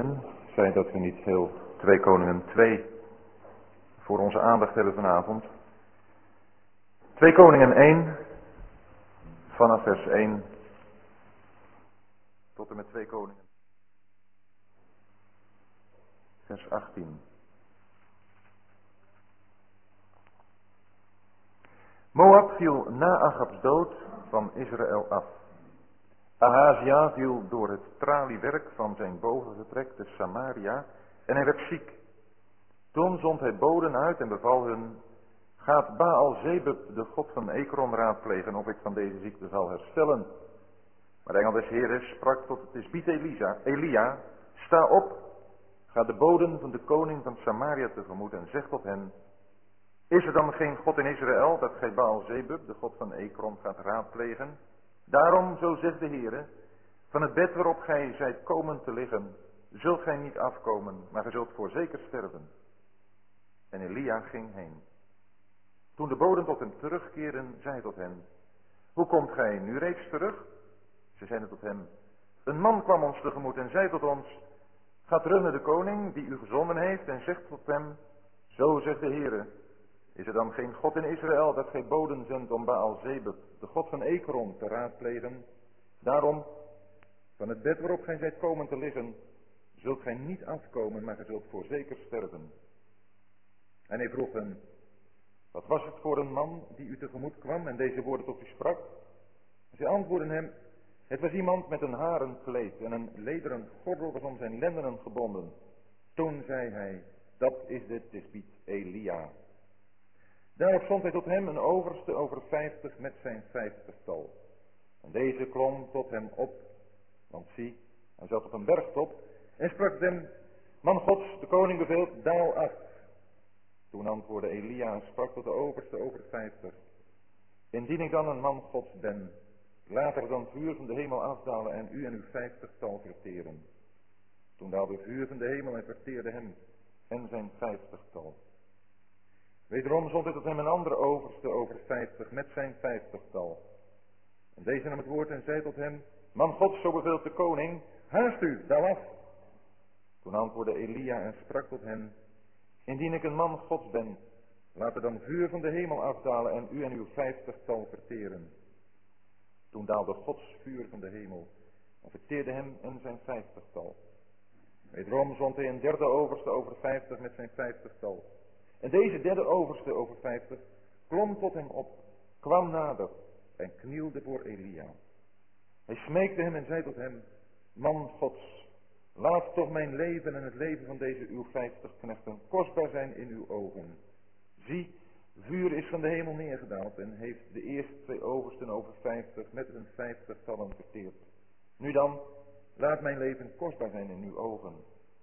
lezen. Zij dat we niet heel 2 Koningen 2 voor onze aandacht hebben vanavond. 2 Koningen 1 vanaf vers 1 tot en met 2 Koningen vers 18. Moab viel na Achabs dood van Israël af. Ahazia viel door het traliewerk van zijn bovenvertrek te Samaria en hij werd ziek. Toen zond hij boden uit en beval hun: gaat Baal-Zebub, de god van Ekron, raadplegen of ik van deze ziekte zal herstellen. Maar de engel des Heeren sprak tot de tisbiet Elia: sta op, ga de boden van de koning van Samaria tegemoet en zeg tot hen: is er dan geen God in Israël, dat gij Baal-Zebub, de god van Ekron, gaat raadplegen? Daarom, zo zegt de Heere, van het bed waarop gij zijt komen te liggen, zult gij niet afkomen, maar gij zult voorzeker sterven. En Elia ging heen. Toen de boden tot hem terugkeerden, zei hij tot hen: hoe komt gij nu reeds terug? Ze zeiden tot hem: een man kwam ons tegemoet en zei tot ons: ga terug naar de koning die u gezonden heeft en zegt tot hem: zo zegt de Heere, is er dan geen God in Israël, dat gij boden zendt om Baal-Zebub, de god van Ekron, te raadplegen? Daarom, van het bed waarop gij zijt komen te liggen, zult gij niet afkomen, maar gij zult voorzeker sterven. En hij vroeg hem: wat was het voor een man die u tegemoet kwam en deze woorden tot u sprak? Zij antwoordden hem: het was iemand met een haren kleed en een lederen gordel was om zijn lendenen gebonden. Toen zei hij: dat is de tisbiet Elia. Daarop zond hij tot hem een overste over 50 met zijn 50-tal. En deze klom tot hem op, want zie, hij zat op een bergtop, en sprak tot hem: man Gods, de koning beveelt, daal af. Toen antwoordde Elia en sprak tot de overste over 50: indien ik dan een man Gods ben, laat er dan vuur van de hemel afdalen en u en uw 50-tal verteren. Toen daalde vuur van de hemel en verteerde hem en zijn 50-tal. Wederom zond hij tot hem een andere overste over 50 met zijn 50-tal. En deze nam het woord en zei tot hem: man Gods, zo beveelt de koning, haast u, daal af. Toen antwoordde Elia en sprak tot hen: indien ik een man Gods ben, laat er dan vuur van de hemel afdalen en u en uw 50-tal verteren. Toen daalde Gods vuur van de hemel en verteerde hem en zijn 50-tal. Wederom zond hij een derde overste over 50 met zijn 50-tal. En deze derde overste over 50 klom tot hem op, kwam nader en knielde voor Elia. Hij smeekte hem en zei tot hem: man Gods, laat toch mijn leven en het leven van deze uw 50 knechten kostbaar zijn in uw ogen. Zie, vuur is van de hemel neergedaald en heeft de eerste 2 oversten over 50 met hun 50-tallen verteerd. Nu dan, laat mijn leven kostbaar zijn in uw ogen.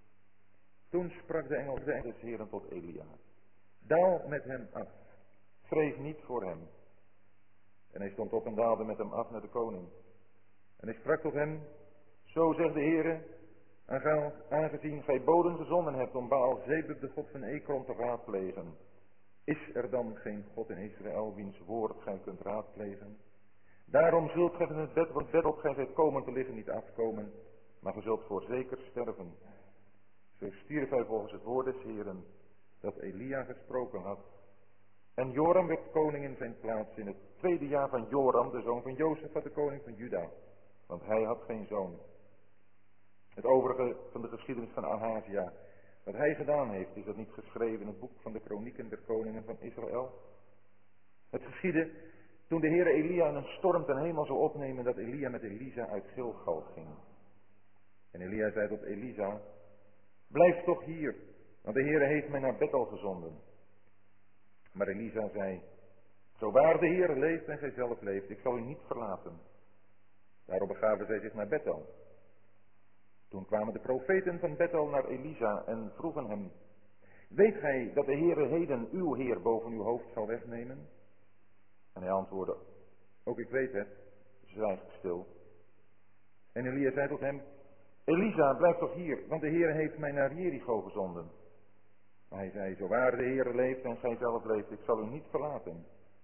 Toen sprak de engel des Heeren tot Elia: daal met hem af, vrees niet voor hem. En hij stond op en daalde met hem af naar de koning. En hij sprak tot hem: zo zegt de Heere, aangezien gij boden gezonden hebt om Baal-Zebub, de god van Ekron, te raadplegen, is er dan geen God in Israël, wiens woord gij kunt raadplegen? Daarom zult gij van het bed op gij zijt komen te liggen niet afkomen, maar gij zult voorzeker sterven. Zo stierf hij volgens het woord des Heeren, dat Elia gesproken had. En Joram werd koning in zijn plaats in het 2e jaar van Joram, de zoon van Jozef, de koning van Juda, want hij had geen zoon. Het overige van de geschiedenis van Ahazia, wat hij gedaan heeft, is dat niet geschreven in het boek van de kronieken der koningen van Israël? Het geschiedde toen de Heere Elia in een storm ten hemel zou opnemen, dat Elia met Elisa uit Gilgal ging. En Elia zei tot Elisa: blijf toch hier, want de Heere heeft mij naar Bethel gezonden. Maar Elisa zei: zo waar de Heere leeft en gij zelf leeft, ik zal u niet verlaten. Daarop begaven zij zich naar Bethel. Toen kwamen de profeten van Bethel naar Elisa en vroegen hem: weet gij dat de Heere heden uw Heer boven uw hoofd zal wegnemen? En hij antwoordde: ook ik weet het, zwijg stil. En Elia zei tot hem: Elisa, blijf toch hier, want de Heere heeft mij naar Jericho gezonden. Maar hij zei: zo waar de Heere leeft en gij zelf leeft, ik zal u niet verlaten.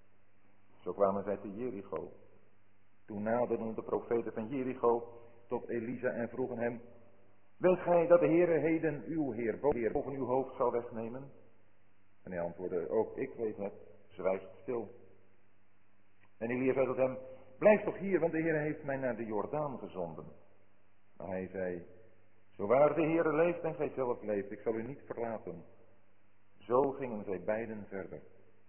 Zo kwamen zij te Jericho. Toen naderden de profeten van Jericho tot Elisa en vroegen hem: Weet gij dat de Heere heden uw Heer boven uw hoofd zal wegnemen? En hij antwoordde, ook ik weet het, zwijgt stil. En Elia zei tot hem, blijf toch hier, want de Heere heeft mij naar de Jordaan gezonden. Maar hij zei, zo waar de Heere leeft en gij zelf leeft, ik zal u niet verlaten. Zo gingen zij beiden verder.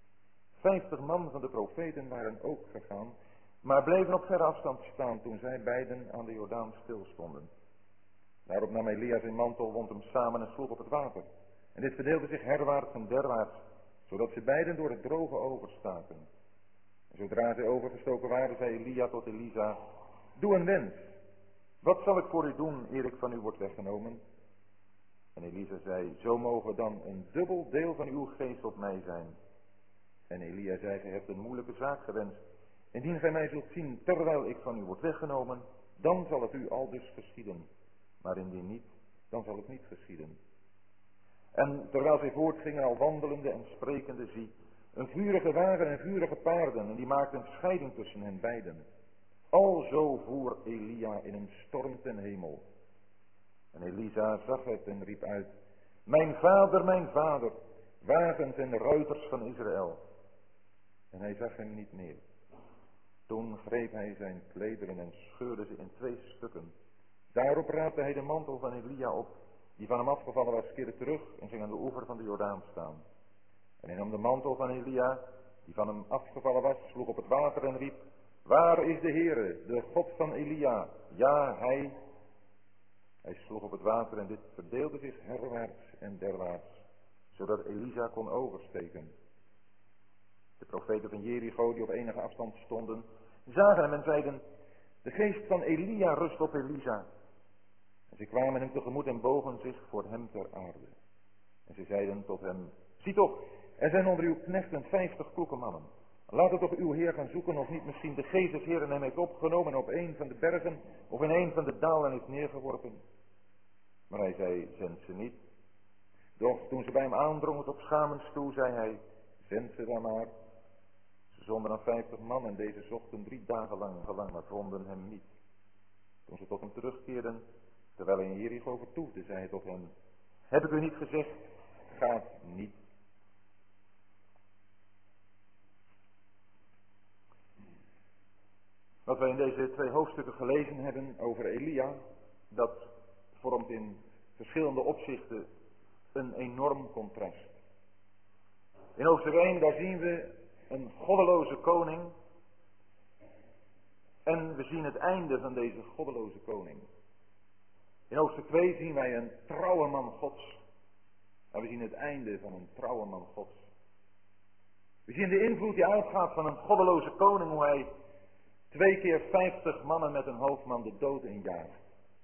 50 man van de profeten waren ook gegaan, maar bleven op verre afstand staan toen zij beiden aan de Jordaan stilstonden. Daarop nam Elia zijn mantel, wond hem samen en sloeg op het water. En dit verdeelde zich herwaarts en derwaarts, zodat ze beiden door het droge overstaken. En zodra zij overgestoken waren, zei Elia tot Elisa, doe een wens. Wat zal ik voor u doen, eer ik van u word weggenomen? En Elisa zei, zo mogen dan een dubbel deel van uw geest op mij zijn. En Elia zei, gij hebt een moeilijke zaak gewenst. Indien gij mij zult zien, terwijl ik van u word weggenomen, dan zal het u aldus geschieden. Maar indien niet, dan zal het niet geschieden. En terwijl zij voortgingen, al wandelende en sprekende, zie, een vurige wagen en vurige paarden, en die maakten scheiding tussen hen beiden. Alzo voer Elia in een storm ten hemel. En Elisa zag het en riep uit, mijn vader, wagens en ruiters van Israël. En hij zag hem niet meer. Toen greep hij zijn klederen en scheurde ze in 2 stukken. Daarop raapte hij de mantel van Elia op, die van hem afgevallen was, keerde terug en ging aan de oever van de Jordaan staan. En hij nam de mantel van Elia, die van hem afgevallen was, sloeg op het water en riep, waar is de Heere, de God van Elia? Ja, hij. Hij sloeg op het water en dit verdeelde zich herwaarts en derwaarts, zodat Elisa kon oversteken. De profeten van Jericho, die op enige afstand stonden, zagen hem en zeiden, de geest van Elia rust op Elisa. En ze kwamen hem tegemoet en bogen zich voor hem ter aarde. En ze zeiden tot hem, zie toch, er zijn onder uw knechten 50 kloeke mannen. Laat het toch uw Heer gaan zoeken of niet misschien de geest des Heeren hem heeft opgenomen en op een van de bergen of in een van de dalen is neergeworpen. Maar hij zei, zend ze niet. Doch toen ze bij hem aandrongen tot schamens toe, zei hij, zend ze dan maar. Ze zonden aan 50 man en deze zochten 3 dagen lang, maar vonden hem niet. Toen ze tot hem terugkeerden, terwijl hij in Jericho vertoefde, zei hij tot hen, heb ik u niet gezegd, gaat niet. Wat wij in deze 2 hoofdstukken gelezen hebben over Elia, dat vormt in verschillende opzichten een enorm contrast. In hoofdstuk 1, daar zien we een goddeloze koning en we zien het einde van deze goddeloze koning. In hoofdstuk 2 zien wij een trouwe man Gods en we zien het einde van een trouwe man Gods. We zien de invloed die uitgaat van een goddeloze koning, hoe hij 2 keer 50 mannen met een hoofdman de dood injaagt.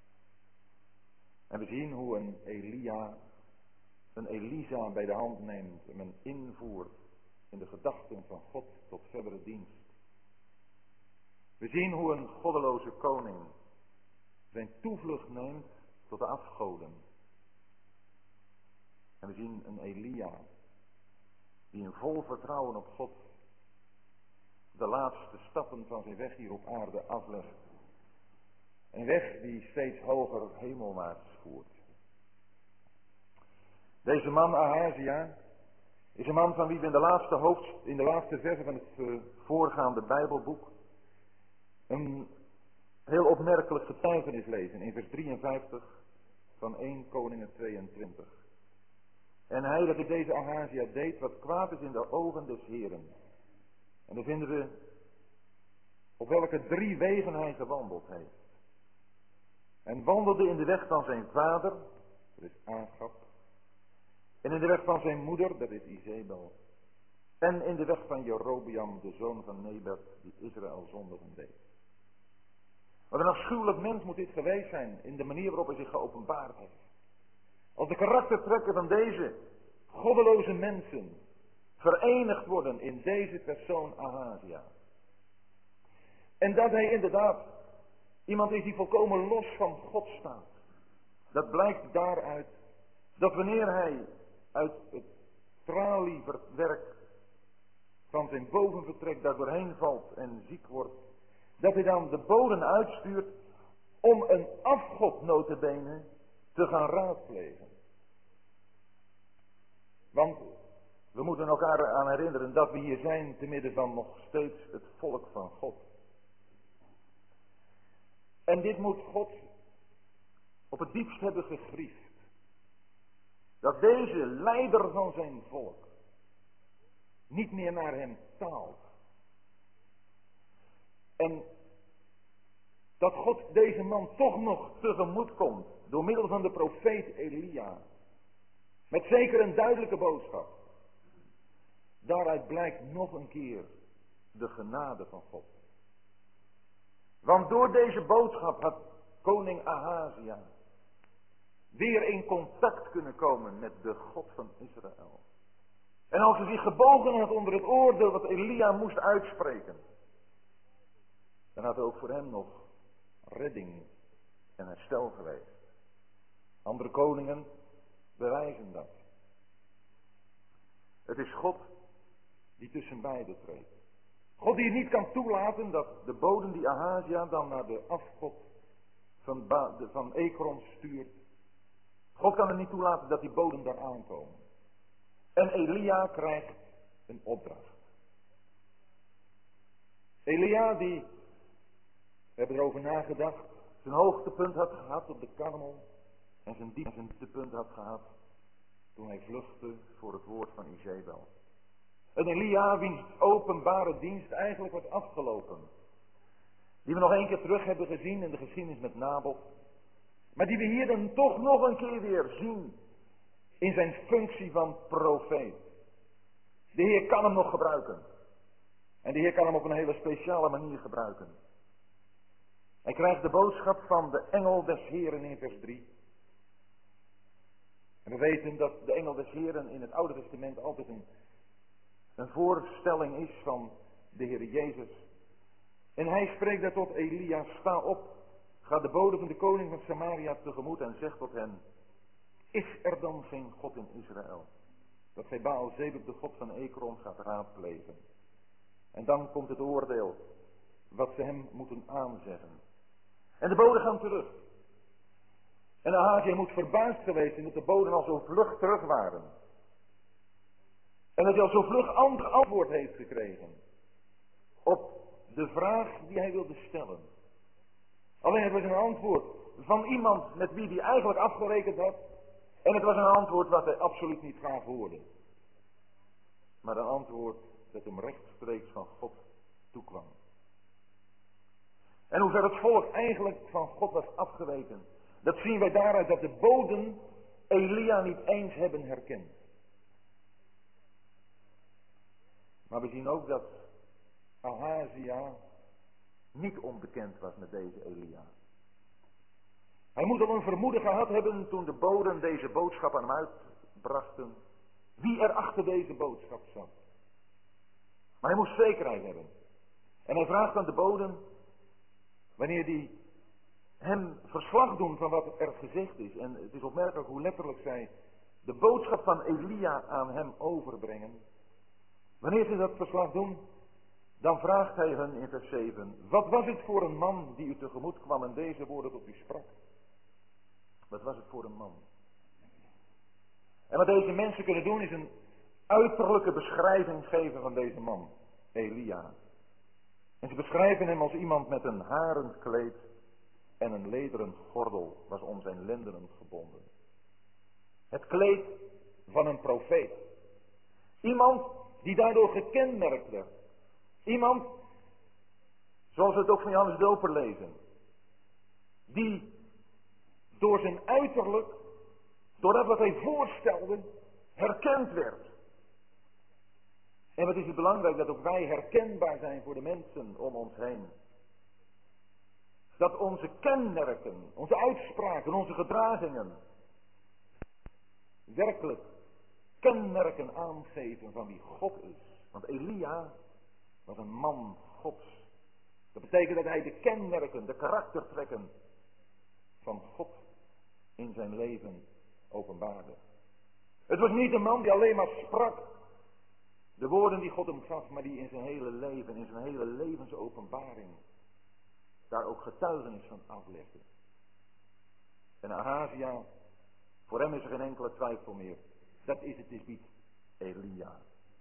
En we zien hoe een Elisa bij de hand neemt en hem invoert in de gedachten van God tot verdere dienst. We zien hoe een goddeloze koning zijn toevlucht neemt tot de afgoden. En we zien een Elia die in vol vertrouwen op God de laatste stappen van zijn weg hier op aarde aflegt. Een weg die steeds hoger hemelwaarts voert. Deze man Ahazia is een man van wie we in de laatste verse van het voorgaande Bijbelboek een heel opmerkelijk getuigenis lezen in vers 53 van 1 Koningen 22. En hij dat deze Ahazia deed wat kwaad is in de ogen des Heren. En dan vinden we op welke 3 wegen hij gewandeld heeft. En wandelde in de weg van zijn vader, dat is Agab. En in de weg van zijn moeder, dat is Izebel. En in de weg van Jerobeam, de zoon van Nebat, die Israël zondigen deed. Wat een afschuwelijk mens moet dit geweest zijn in de manier waarop hij zich geopenbaard heeft. Als de karaktertrekken van deze goddeloze mensen verenigd worden in deze persoon Ahazia. En dat hij inderdaad iemand is die volkomen los van God staat. Dat blijkt daaruit dat wanneer hij uit het traliewerk van zijn bovenvertrek daar doorheen valt en ziek wordt, dat hij dan de boden uitstuurt om een afgod nota bene te gaan raadplegen. Want we moeten elkaar aan herinneren dat we hier zijn te midden van nog steeds het volk van God. En dit moet God op het diepst hebben gegriefd. Dat deze leider van zijn volk niet meer naar hem taalt. En dat God deze man toch nog tegemoet komt door middel van de profeet Elia. Met zeker een duidelijke boodschap. Daaruit blijkt nog een keer de genade van God. Want door deze boodschap had koning Ahazia weer in contact kunnen komen met de God van Israël. En als hij zich gebogen had onder het oordeel dat Elia moest uitspreken, dan had er ook voor hem nog redding en herstel geweest. Andere koningen bewijzen dat. Het is God die tussen beiden treedt. God die het niet kan toelaten dat de boden die Ahazia dan naar de afgod van Ekron stuurt. God kan het niet toelaten dat die boden daar aankomen. En Elia krijgt een opdracht. Elia die, we hebben erover nagedacht, zijn hoogtepunt had gehad op de Karmel. En zijn dieptepunt had gehad toen hij vluchtte voor het woord van Izebel. En Elia, wiens openbare dienst eigenlijk was afgelopen. Die we nog één keer terug hebben gezien in de geschiedenis met Nabot. Maar die we hier dan toch nog een keer weer zien in zijn functie van profeet. De Heer kan hem nog gebruiken. En de Heer kan hem op een hele speciale manier gebruiken. Hij krijgt de boodschap van de engel des Heren in vers 3. En we weten dat de engel des Heren in het Oude Testament altijd een voorstelling is van de Heer Jezus. En hij spreekt daar tot Elia: sta op, ga de bode van de koning van Samaria tegemoet en zeg tot hen: is er dan geen God in Israël, dat gij Baal-Zebub, de god van Ekron, gaat raadplegen? En dan komt het oordeel wat ze hem moeten aanzeggen. En de boden gaan terug. En Ahazia moet verbaasd geweest zijn dat de boden al zo vlug terug waren. En dat hij al zo vlug antwoord heeft gekregen op de vraag die hij wilde stellen. Alleen het was een antwoord van iemand met wie hij eigenlijk afgerekend had. En het was een antwoord wat hij absoluut niet graag hoorde. Maar een antwoord dat hem rechtstreeks van God toekwam. En hoe ver het volk eigenlijk van God was afgeweken, dat zien wij daaruit dat de boden Elia niet eens hebben herkend. Maar we zien ook dat Ahazia niet onbekend was met deze Elia. Hij moet al een vermoeden gehad hebben toen de boden deze boodschap aan hem uitbrachten, wie er achter deze boodschap zat. Maar hij moest zekerheid hebben. En hij vraagt aan de boden, wanneer die hem verslag doen van wat er gezegd is. En het is opmerkelijk hoe letterlijk zij de boodschap van Elia aan hem overbrengen. Wanneer ze dat verslag doen, dan vraagt hij hun in vers 7. Wat was het voor een man die u tegemoet kwam en deze woorden tot u sprak? Wat was het voor een man? En wat deze mensen kunnen doen is een uiterlijke beschrijving geven van deze man, Elia. En ze beschrijven hem als iemand met een harend kleed en een lederen gordel was om zijn lendenen gebonden. Het kleed van een profeet. Iemand die daardoor gekenmerkt werd. Iemand, zoals we het ook van Johannes Doper lezen, die door zijn uiterlijk, door dat wat hij voorstelde, herkend werd. En wat is het belangrijk dat ook wij herkenbaar zijn voor de mensen om ons heen. Dat onze kenmerken, onze uitspraken, onze gedragingen werkelijk kenmerken aangeven van wie God is. Want Elia was een man Gods. Dat betekent dat hij de kenmerken, de karaktertrekken van God in zijn leven openbaarde. Het was niet een man die alleen maar sprak de woorden die God hem gaf, maar die in zijn hele leven, in zijn hele levensopenbaring daar ook getuigenis van aflegde. En Ahazia Voor hem is er geen enkele twijfel meer. Dat is het is niet Elia.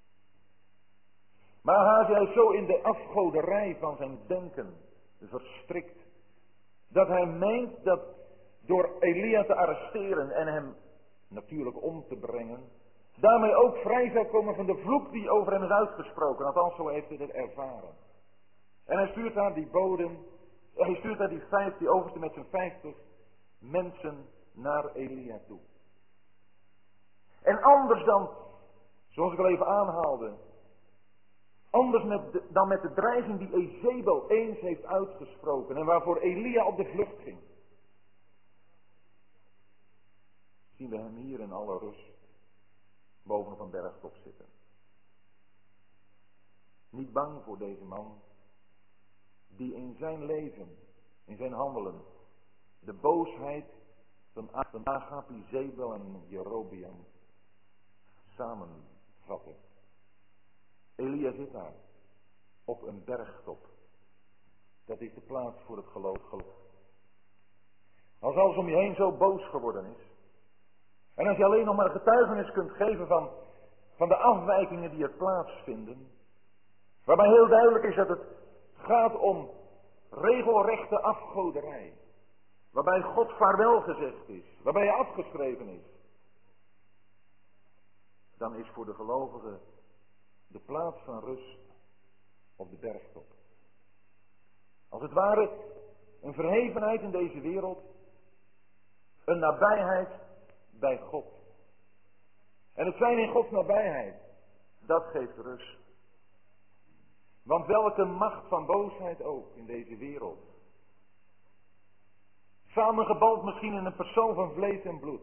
Maar Ahazia is zo in de afgoderij van zijn denken verstrikt, dat hij meent dat door Elia te arresteren en hem natuurlijk om te brengen, daarmee ook vrij zou komen van de vloek die over hem is uitgesproken. Althans, zo heeft hij het ervaren. En hij stuurt daar die boden, hij stuurt daar die overste met zijn 50 mensen naar Elia toe. En anders dan, zoals ik al even aanhaalde, anders dan met de dreiging die Ezebel eens heeft uitgesproken en waarvoor Elia op de vlucht ging, zien we hem hier in alle rust bovenop een bergtop zitten. Niet bang voor deze man, die in zijn leven, in zijn handelen, de boosheid van Agab, Izebel en Jerobeam samenvatten. Elia zit daar, op een bergtop. Dat is de plaats voor het geloof. Als alles om je heen zo boos geworden is, en als je alleen nog maar een getuigenis kunt geven van de afwijkingen die er plaatsvinden, waarbij heel duidelijk is dat het gaat om regelrechte afgoderij, waarbij God vaarwel gezegd is, waarbij hij afgeschreven is, dan is voor de gelovige de plaats van rust op de bergtop. Als het ware een verhevenheid in deze wereld, een nabijheid bij God. En het zijn in Gods nabijheid, dat geeft rust. Want welke macht van boosheid ook in deze wereld, samengebald misschien in een persoon van vlees en bloed,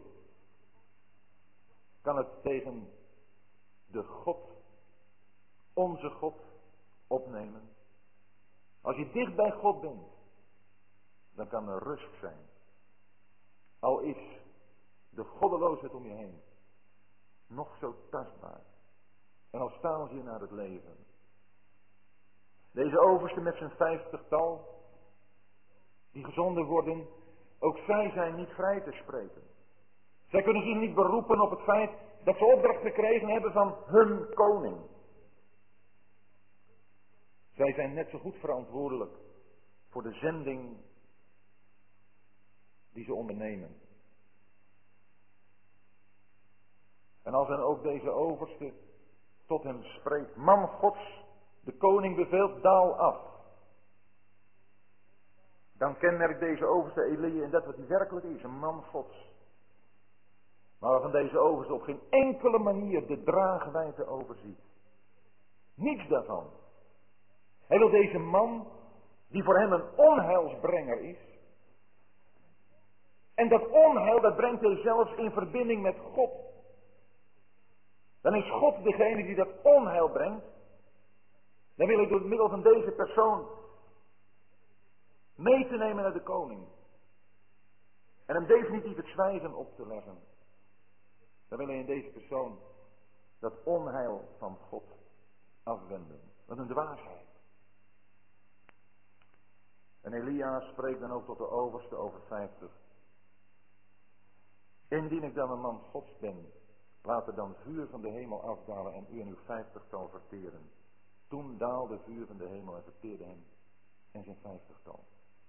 kan het tegen de God, onze God, opnemen. Als je dicht bij God bent, dan kan er rust zijn. Al is de goddeloosheid om je heen nog zo tastbaar. En al staan ze je naar het leven. Deze overste met zijn 50-tal, die gezonden worden, ook zij zijn niet vrij te spreken. Zij kunnen zich niet beroepen op het feit dat ze opdracht gekregen hebben van hun koning. Zij zijn net zo goed verantwoordelijk voor de zending die ze ondernemen. En als dan ook deze overste tot hem spreekt: man Gods, de koning beveelt, daal af. Dan kenmerkt deze overste Elia in dat wat hij werkelijk is, een man Gods. Maar waarvan deze overste op geen enkele manier de draagwijte overziet. Niets daarvan. Hij wil deze man, die voor hem een onheilsbrenger is. En dat onheil, dat brengt hij zelfs in verbinding met God. Dan is God degene die dat onheil brengt. Dan wil ik door het middel van deze persoon mee te nemen naar de koning. En hem definitief het zwijgen op te leggen. Dan wil hij in deze persoon dat onheil van God afwenden. Wat een dwaasheid. En Elia spreekt dan ook tot de overste over 50. Indien ik dan een man Gods ben, laat er dan vuur van de hemel afdalen en u en uw 50-tal verteren. Toen daalde vuur van de hemel en verteerde hem en zijn 50-tal.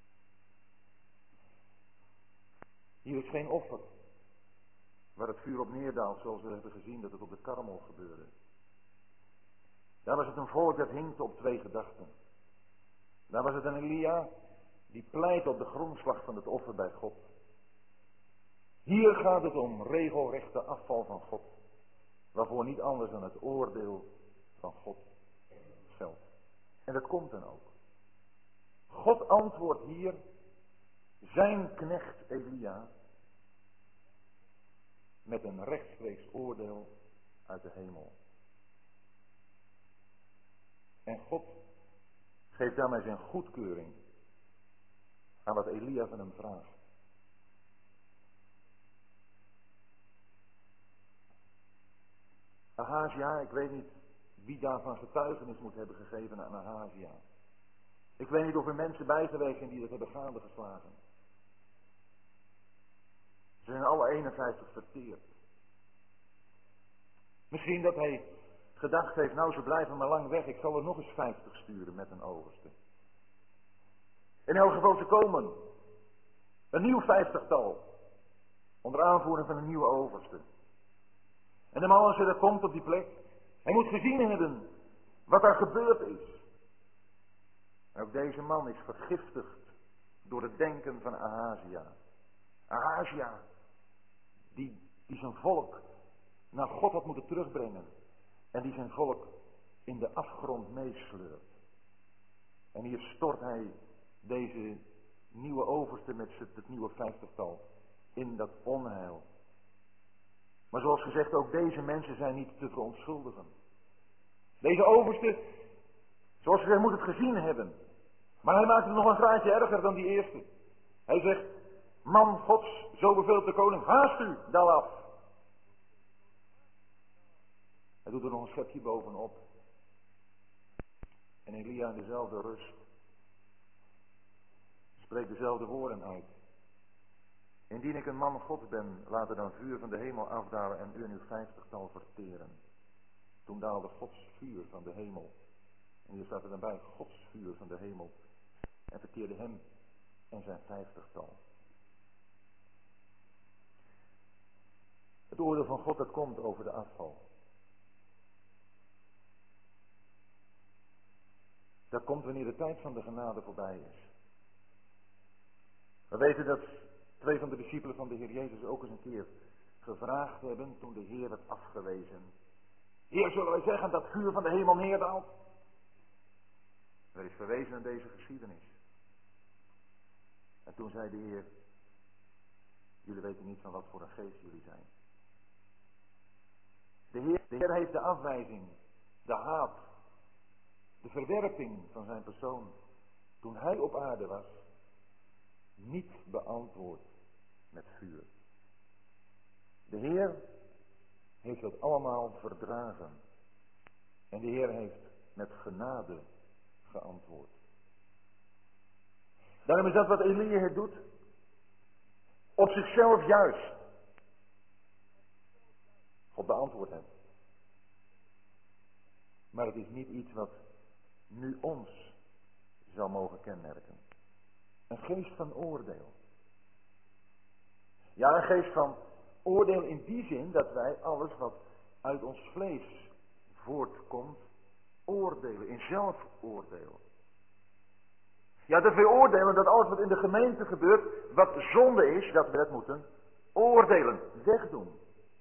Hier is geen offer waar het vuur op neerdaalt, zoals we hebben gezien dat het op de Karmel gebeurde. Daar was het een volk dat hinkte op 2 gedachten. Daar was het een Elia die pleit op de grondslag van het offer bij God. Hier gaat het om regelrechte afval van God, waarvoor niet anders dan het oordeel van God geldt. En dat komt dan ook. God antwoordt hier zijn knecht Elia met een rechtstreeks oordeel uit de hemel. En God geeft daarmee zijn goedkeuring aan wat Elia van hem vraagt. Ahazia, ik weet niet wie daarvan getuigenis moet hebben gegeven aan Ahazia. Ik weet niet of er mensen bij geweest zijn die dat hebben gaande geslagen. Ze zijn alle 51 verteerd. Misschien dat hij gedacht heeft, nou ze blijven maar lang weg, ik zal er nog eens 50 sturen met een overste. In elk geval ze komen. Een nieuw 50-tal. Onder aanvoering van een nieuwe overste. En de man als hij er komt op die plek, hij moet gezien hebben wat daar gebeurd is. En ook deze man is vergiftigd door het denken van Ahazia. Ahazia, die zijn volk naar God had moeten terugbrengen. En die zijn volk in de afgrond meesleurt. En hier stort hij deze nieuwe overste met het nieuwe 50-tal in dat onheil. Maar zoals gezegd, ook deze mensen zijn niet te verontschuldigen. Deze overste, zoals gezegd, moet het gezien hebben. Maar hij maakt het nog een graadje erger dan die eerste. Hij zegt, man Gods, zo beveelt de koning, haast u, dal af. Hij doet er nog een schepje bovenop. En Elia in dezelfde rust spreekt dezelfde woorden uit. Indien ik een man Gods ben, laat er dan vuur van de hemel afdalen en u en uw 50-tal verteren. Toen daalde Gods vuur van de hemel. En hier staat er dan bij, Gods vuur van de hemel. En verteerde hem en zijn 50-tal. Het oordeel van God dat komt over de afval. Dat komt wanneer de tijd van de genade voorbij is. We weten dat 2 van de discipelen van de Heer Jezus ook eens een keer gevraagd hebben toen de Heer werd afgewezen. Heer, zullen wij zeggen dat vuur van de hemel neerdaalt? Er is verwezen aan deze geschiedenis. En toen zei de Heer, jullie weten niet van wat voor een geest jullie zijn. De Heer heeft de afwijzing, de haat, de verwerping van zijn persoon, toen hij op aarde was, niet beantwoord met vuur. De Heer heeft dat allemaal verdragen. En de Heer heeft met genade geantwoord. Daarom is dat wat Elia het doet. Op zichzelf juist. God beantwoordt hem. Maar het is niet iets wat nu ons zal mogen kenmerken. Een geest van oordeel. Ja, een geest van oordeel in die zin dat wij alles wat uit ons vlees voortkomt, oordelen, in zelfoordeel. Ja, dat wij oordelen dat alles wat in de gemeente gebeurt, wat zonde is, dat we dat moeten oordelen, wegdoen.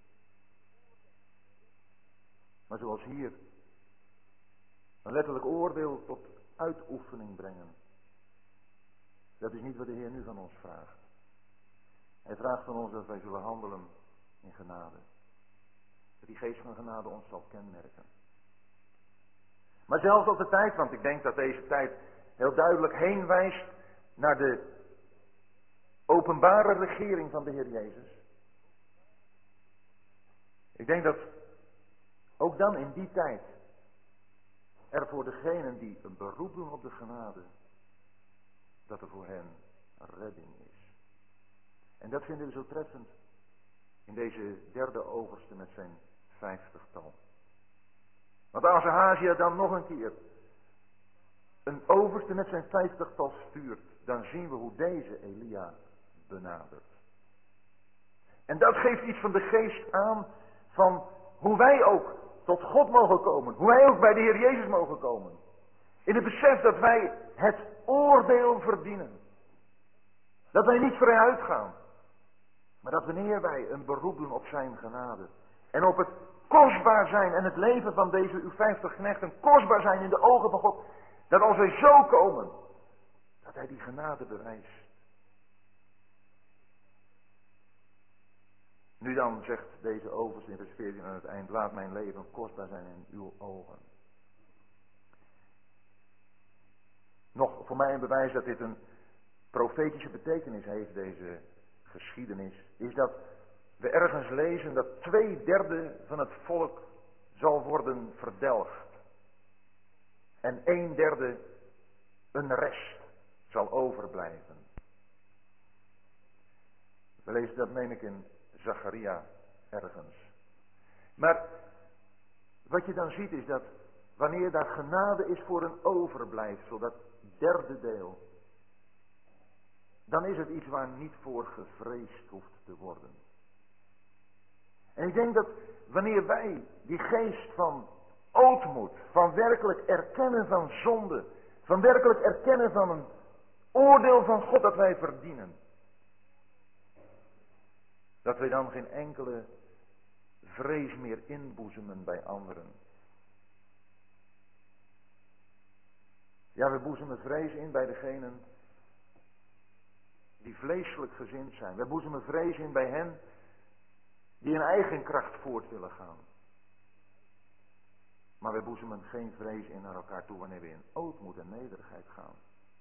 Maar zoals hier, een letterlijk oordeel tot uitoefening brengen. Dat is niet wat de Heer nu van ons vraagt. Hij vraagt van ons dat wij zullen handelen in genade. Dat die geest van genade ons zal kenmerken. Maar zelfs op de tijd, want ik denk dat deze tijd heel duidelijk heen wijst naar de openbare regering van de Heer Jezus. Ik denk dat ook dan in die tijd er voor degenen die een beroep doen op de genade, dat er voor hen redding is. En dat vinden we zo treffend in deze derde overste met zijn 50-tal. Want als Ahazia dan nog een keer een overste met zijn 50-tal stuurt, dan zien we hoe deze Elia benadert. En dat geeft iets van de geest aan van hoe wij ook tot God mogen komen. Hoe wij ook bij de Heer Jezus mogen komen. In het besef dat wij het oordeel verdienen. Dat wij niet vrij uitgaan. Maar dat wanneer wij een beroep doen op zijn genade. En op het kostbaar zijn en het leven van deze uw 50 knechten kostbaar zijn in de ogen van God. Dat als wij zo komen, dat hij die genade bewijst. Nu dan, zegt deze overste in vers 14 aan het eind, laat mijn leven kostbaar zijn in uw ogen. Nog voor mij een bewijs dat dit een profetische betekenis heeft, deze geschiedenis, is dat we ergens lezen dat 2/3 van het volk zal worden verdelgd. En 1/3 een rest zal overblijven. We lezen dat, meen ik, in Zacharia ergens. Maar wat je dan ziet is dat wanneer daar genade is voor een overblijfsel, dat derde deel, dan is het iets waar niet voor gevreesd hoeft te worden. En ik denk dat wanneer wij die geest van ootmoed, van werkelijk erkennen van zonde, van werkelijk erkennen van een oordeel van God dat wij verdienen, dat wij dan geen enkele vrees meer inboezemen bij anderen. Ja, we boezemen vrees in bij degenen die vleeselijk gezind zijn. We boezemen vrees in bij hen die in eigen kracht voort willen gaan. Maar we boezemen geen vrees in naar elkaar toe wanneer we in ootmoed en nederigheid gaan.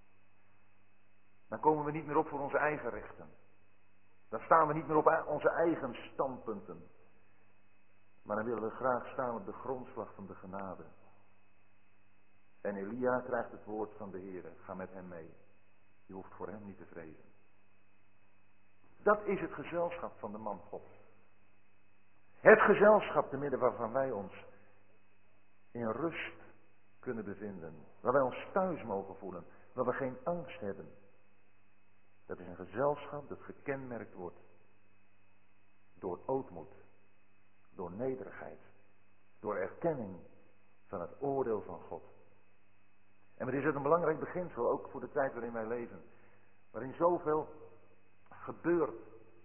Dan komen we niet meer op voor onze eigen rechten. Dan staan we niet meer op onze eigen standpunten. Maar dan willen we graag staan op de grondslag van de genade. En Elia krijgt het woord van de Heere. Ga met hem mee. Je hoeft voor hem niet te vrezen. Dat is het gezelschap van de man God. Het gezelschap te midden waarvan wij ons in rust kunnen bevinden. Waar wij ons thuis mogen voelen. Waar we geen angst hebben. Dat is een gezelschap dat gekenmerkt wordt door ootmoed. Door nederigheid. Door erkenning van het oordeel van God. En het is het een belangrijk beginsel, ook voor de tijd waarin wij leven. Waarin zoveel gebeurt.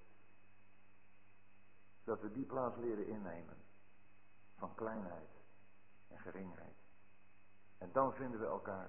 Dat we die plaats leren innemen. Van kleinheid en geringheid. En dan vinden we elkaar.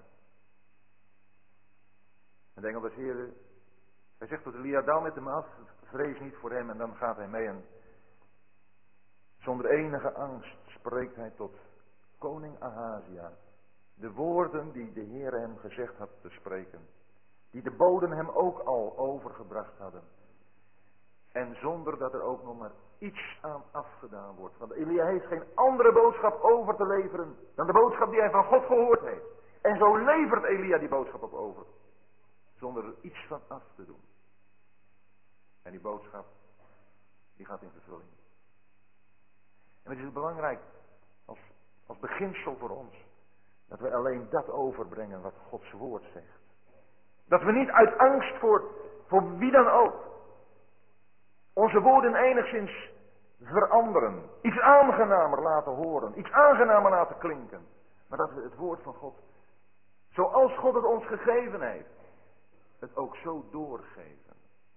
En de engel des Heren, hij zegt tot Elia, daal met hem af, vrees niet voor hem. En dan gaat hij mee en zonder enige angst spreekt hij tot koning Ahazia. De woorden die de Heer hem gezegd had te spreken. Die de boden hem ook al overgebracht hadden. En zonder dat er ook nog maar iets aan afgedaan wordt. Want Elia heeft geen andere boodschap over te leveren dan de boodschap die hij van God gehoord heeft. En zo levert Elia die boodschap op over. Zonder er iets van af te doen. En die boodschap, die gaat in vervulling. En het is belangrijk als beginsel voor ons. Dat we alleen dat overbrengen wat Gods woord zegt. Dat we niet uit angst voor wie dan ook onze woorden enigszins veranderen. Iets aangenamer laten horen. Iets aangenamer laten klinken. Maar dat we het woord van God, zoals God het ons gegeven heeft, het ook zo doorgeven.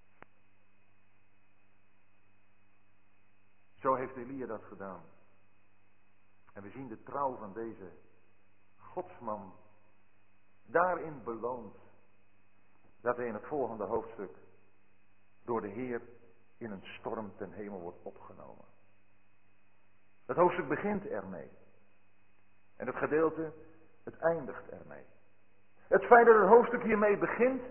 Zo heeft Elia dat gedaan. En we zien de trouw van deze Godsman daarin beloond. Dat hij in het volgende hoofdstuk door de Heer in een storm ten hemel wordt opgenomen. Het hoofdstuk begint ermee. En het gedeelte, het eindigt ermee. Het feit dat het hoofdstuk hiermee begint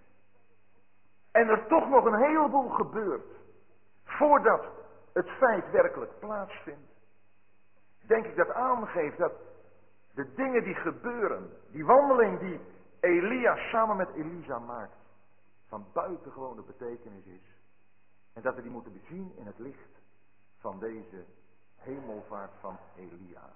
en er toch nog een heleboel gebeurt voordat het feit werkelijk plaatsvindt, denk ik dat aangeeft dat de dingen die gebeuren, die wandeling die Elia samen met Elisa maakt, van buitengewone betekenis is. En dat we die moeten bezien in het licht van deze hemelvaart van Elia.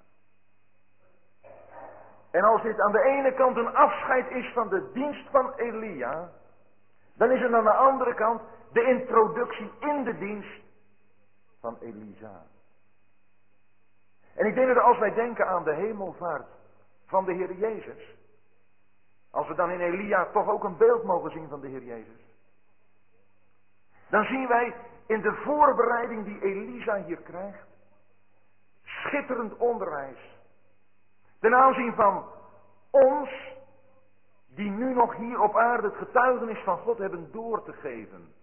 En als dit aan de ene kant een afscheid is van de dienst van Elia, dan is het aan de andere kant de introductie in de dienst van Elisa. En ik denk dat als wij denken aan de hemelvaart van de Heer Jezus, als we dan in Elia toch ook een beeld mogen zien van de Heer Jezus, dan zien wij in de voorbereiding die Elisa hier krijgt, schitterend onderwijs. Ten aanzien van ons, die nu nog hier op aarde het getuigenis van God hebben door te geven.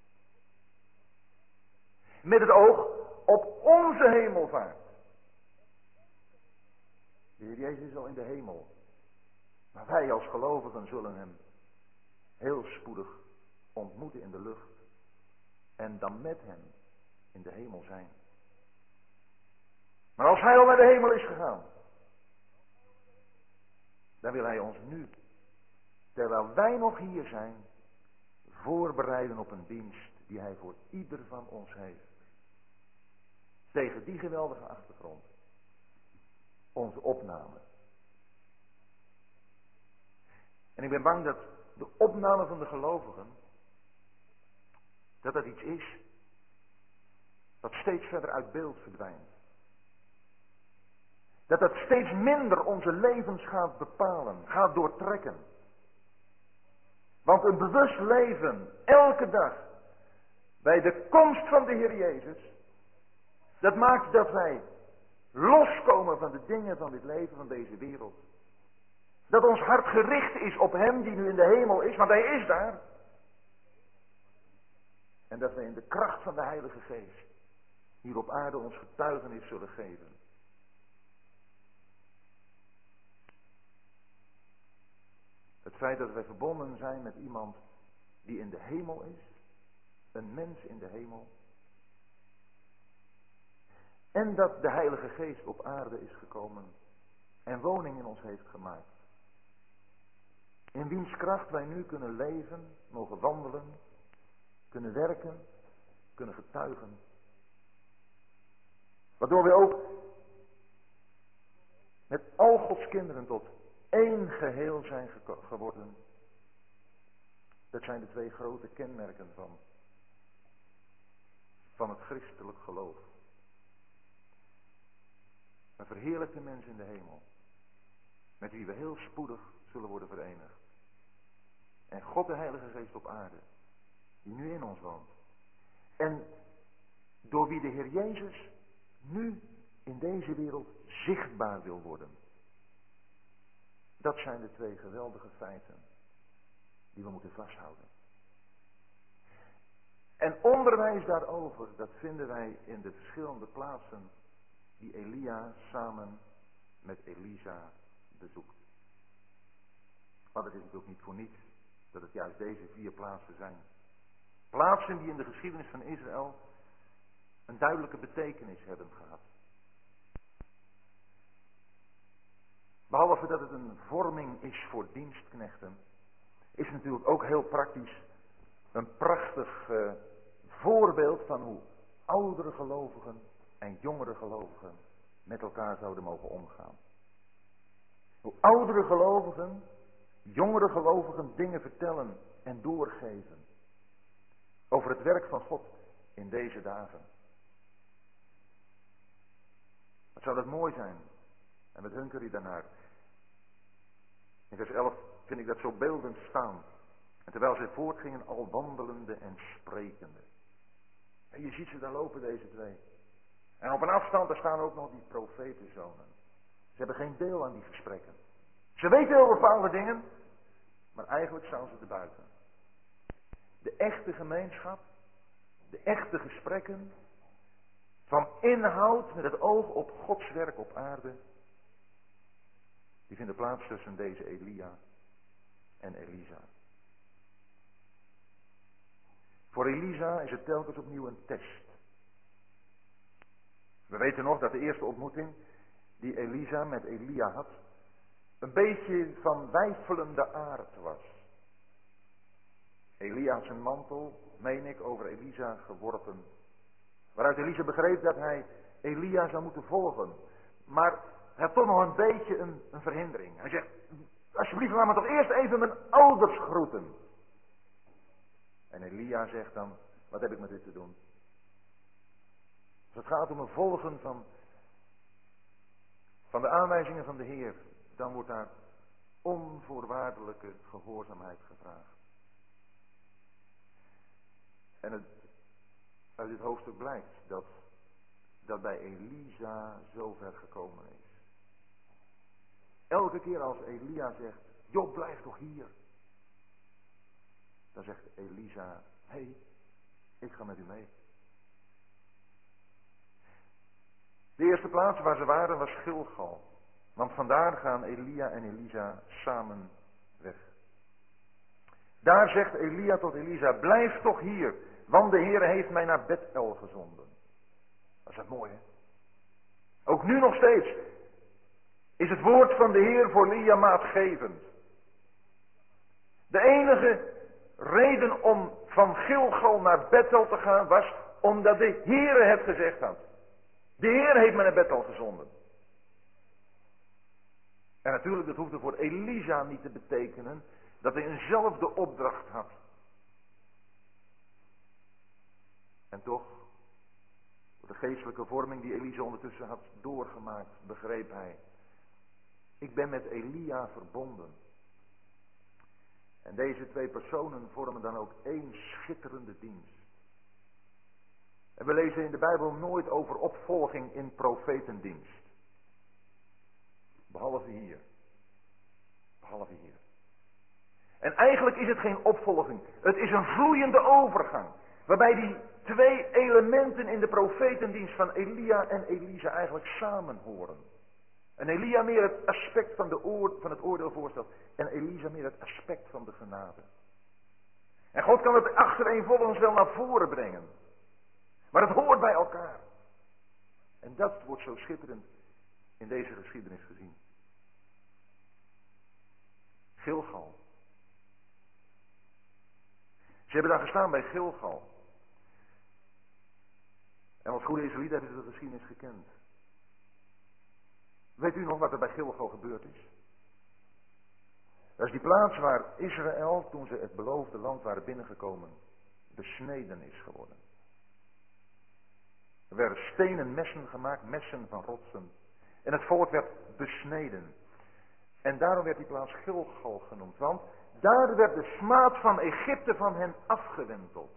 Met het oog op onze hemelvaart. De Heer Jezus is al in de hemel. Maar wij als gelovigen zullen hem heel spoedig ontmoeten in de lucht. En dan met hem in de hemel zijn. Maar als hij al naar de hemel is gegaan, dan wil hij ons nu, terwijl wij nog hier zijn, voorbereiden op een dienst die hij voor ieder van ons heeft. Tegen die geweldige achtergrond. Onze opname. En ik ben bang dat de opname van de gelovigen, dat iets is dat steeds verder uit beeld verdwijnt. Dat steeds minder onze levens gaat bepalen, gaat doortrekken. Want een bewust leven, elke dag, bij de komst van de Heer Jezus, dat maakt dat wij loskomen van de dingen van dit leven, van deze wereld. Dat ons hart gericht is op Hem die nu in de hemel is, want Hij is daar. En dat wij in de kracht van de Heilige Geest hier op aarde ons getuigenis zullen geven. Het feit dat wij verbonden zijn met iemand die in de hemel is, een mens in de hemel. En dat de Heilige Geest op aarde is gekomen en woning in ons heeft gemaakt. In wiens kracht wij nu kunnen leven, mogen wandelen, kunnen werken, kunnen getuigen. Waardoor we ook met al Gods kinderen tot één geheel zijn geworden. Dat zijn de twee grote kenmerken van het christelijk geloof. Een verheerlijkte mens in de hemel, met wie we heel spoedig zullen worden verenigd. En God de Heilige Geest op aarde, die nu in ons woont. En door wie de Heer Jezus nu in deze wereld zichtbaar wil worden. Dat zijn de twee geweldige feiten die we moeten vasthouden. En onderwijs daarover, dat vinden wij in de verschillende plaatsen die Elia samen met Elisa bezoekt. Maar het is natuurlijk niet voor niets dat het juist deze 4 plaatsen zijn. Plaatsen die in de geschiedenis van Israël een duidelijke betekenis hebben gehad. Behalve dat het een vorming is voor dienstknechten, is het natuurlijk ook heel praktisch een prachtig voorbeeld van hoe oudere gelovigen en jongere gelovigen met elkaar zouden mogen omgaan. Hoe oudere gelovigen, jongere gelovigen dingen vertellen en doorgeven over het werk van God in deze dagen. Wat zou dat mooi zijn? En wat hunker je daarnaar? In vers 11 vind ik dat zo beeldend staan. En terwijl zij voortgingen, al wandelende en sprekende. En je ziet ze daar lopen, deze twee. En op een afstand, daar staan ook nog die profetenzonen. Ze hebben geen deel aan die gesprekken. Ze weten heel bepaalde dingen, maar eigenlijk staan ze erbuiten. De echte gemeenschap, de echte gesprekken, van inhoud met het oog op Gods werk op aarde, die vinden plaats tussen deze Elia en Elisa. Voor Elisa is het telkens opnieuw een test. We weten nog dat de eerste ontmoeting die Elisa met Elia had, een beetje van weifelende aard was. Elia had zijn mantel, meen ik, over Elisa geworpen. Waaruit Elisa begreep dat hij Elia zou moeten volgen. Maar hij had toch nog een beetje een verhindering. Hij zegt, alsjeblieft laat me toch eerst even mijn ouders groeten. En Elia zegt dan, wat heb ik met dit te doen? Als het gaat om een volgen van de aanwijzingen van de Heer, dan wordt daar onvoorwaardelijke gehoorzaamheid gevraagd. En uit dit hoofdstuk blijkt dat bij Elisa zover gekomen is. Elke keer als Elia zegt, Job blijf toch hier. Dan zegt Elisa, hé, ik ga met u mee. De eerste plaats waar ze waren was Gilgal. Want vandaar gaan Elia en Elisa samen weg. Daar zegt Elia tot Elisa, blijf toch hier, want de Heer heeft mij naar Bethel gezonden. Dat is dat mooi, hè? Ook nu nog steeds is het woord van de Heer voor Elia maatgevend. De enige reden om van Gilgal naar Bethel te gaan was omdat de Heere het gezegd had. De Heer heeft me naar Bethel gezonden. En natuurlijk, dat hoefde voor Elisa niet te betekenen dat hij eenzelfde opdracht had. En toch, door de geestelijke vorming die Elisa ondertussen had doorgemaakt, begreep hij: ik ben met Elia verbonden. En deze twee personen vormen dan ook één schitterende dienst. En we lezen in de Bijbel nooit over opvolging in profetendienst. Behalve hier. Behalve hier. En eigenlijk is het geen opvolging. Het is een vloeiende overgang. Waarbij die twee elementen in de profetendienst van Elia en Elisa eigenlijk samenhoren. En Elia meer het aspect van het oordeel voorstelt. En Elisa meer het aspect van de genade. En God kan het achtereenvolgens wel naar voren brengen. Maar het hoort bij elkaar. En dat wordt zo schitterend in deze geschiedenis gezien. Gilgal. Ze hebben daar gestaan bij Gilgal. En als goede Israëlieten hebben ze de geschiedenis gekend. Weet u nog wat er bij Gilgal gebeurd is? Dat is die plaats waar Israël, toen ze het beloofde land waren binnengekomen, besneden is geworden. Er werden stenen messen gemaakt, messen van rotsen. En het volk werd besneden. En daarom werd die plaats Gilgal genoemd. Want daar werd de smaad van Egypte van hen afgewenteld.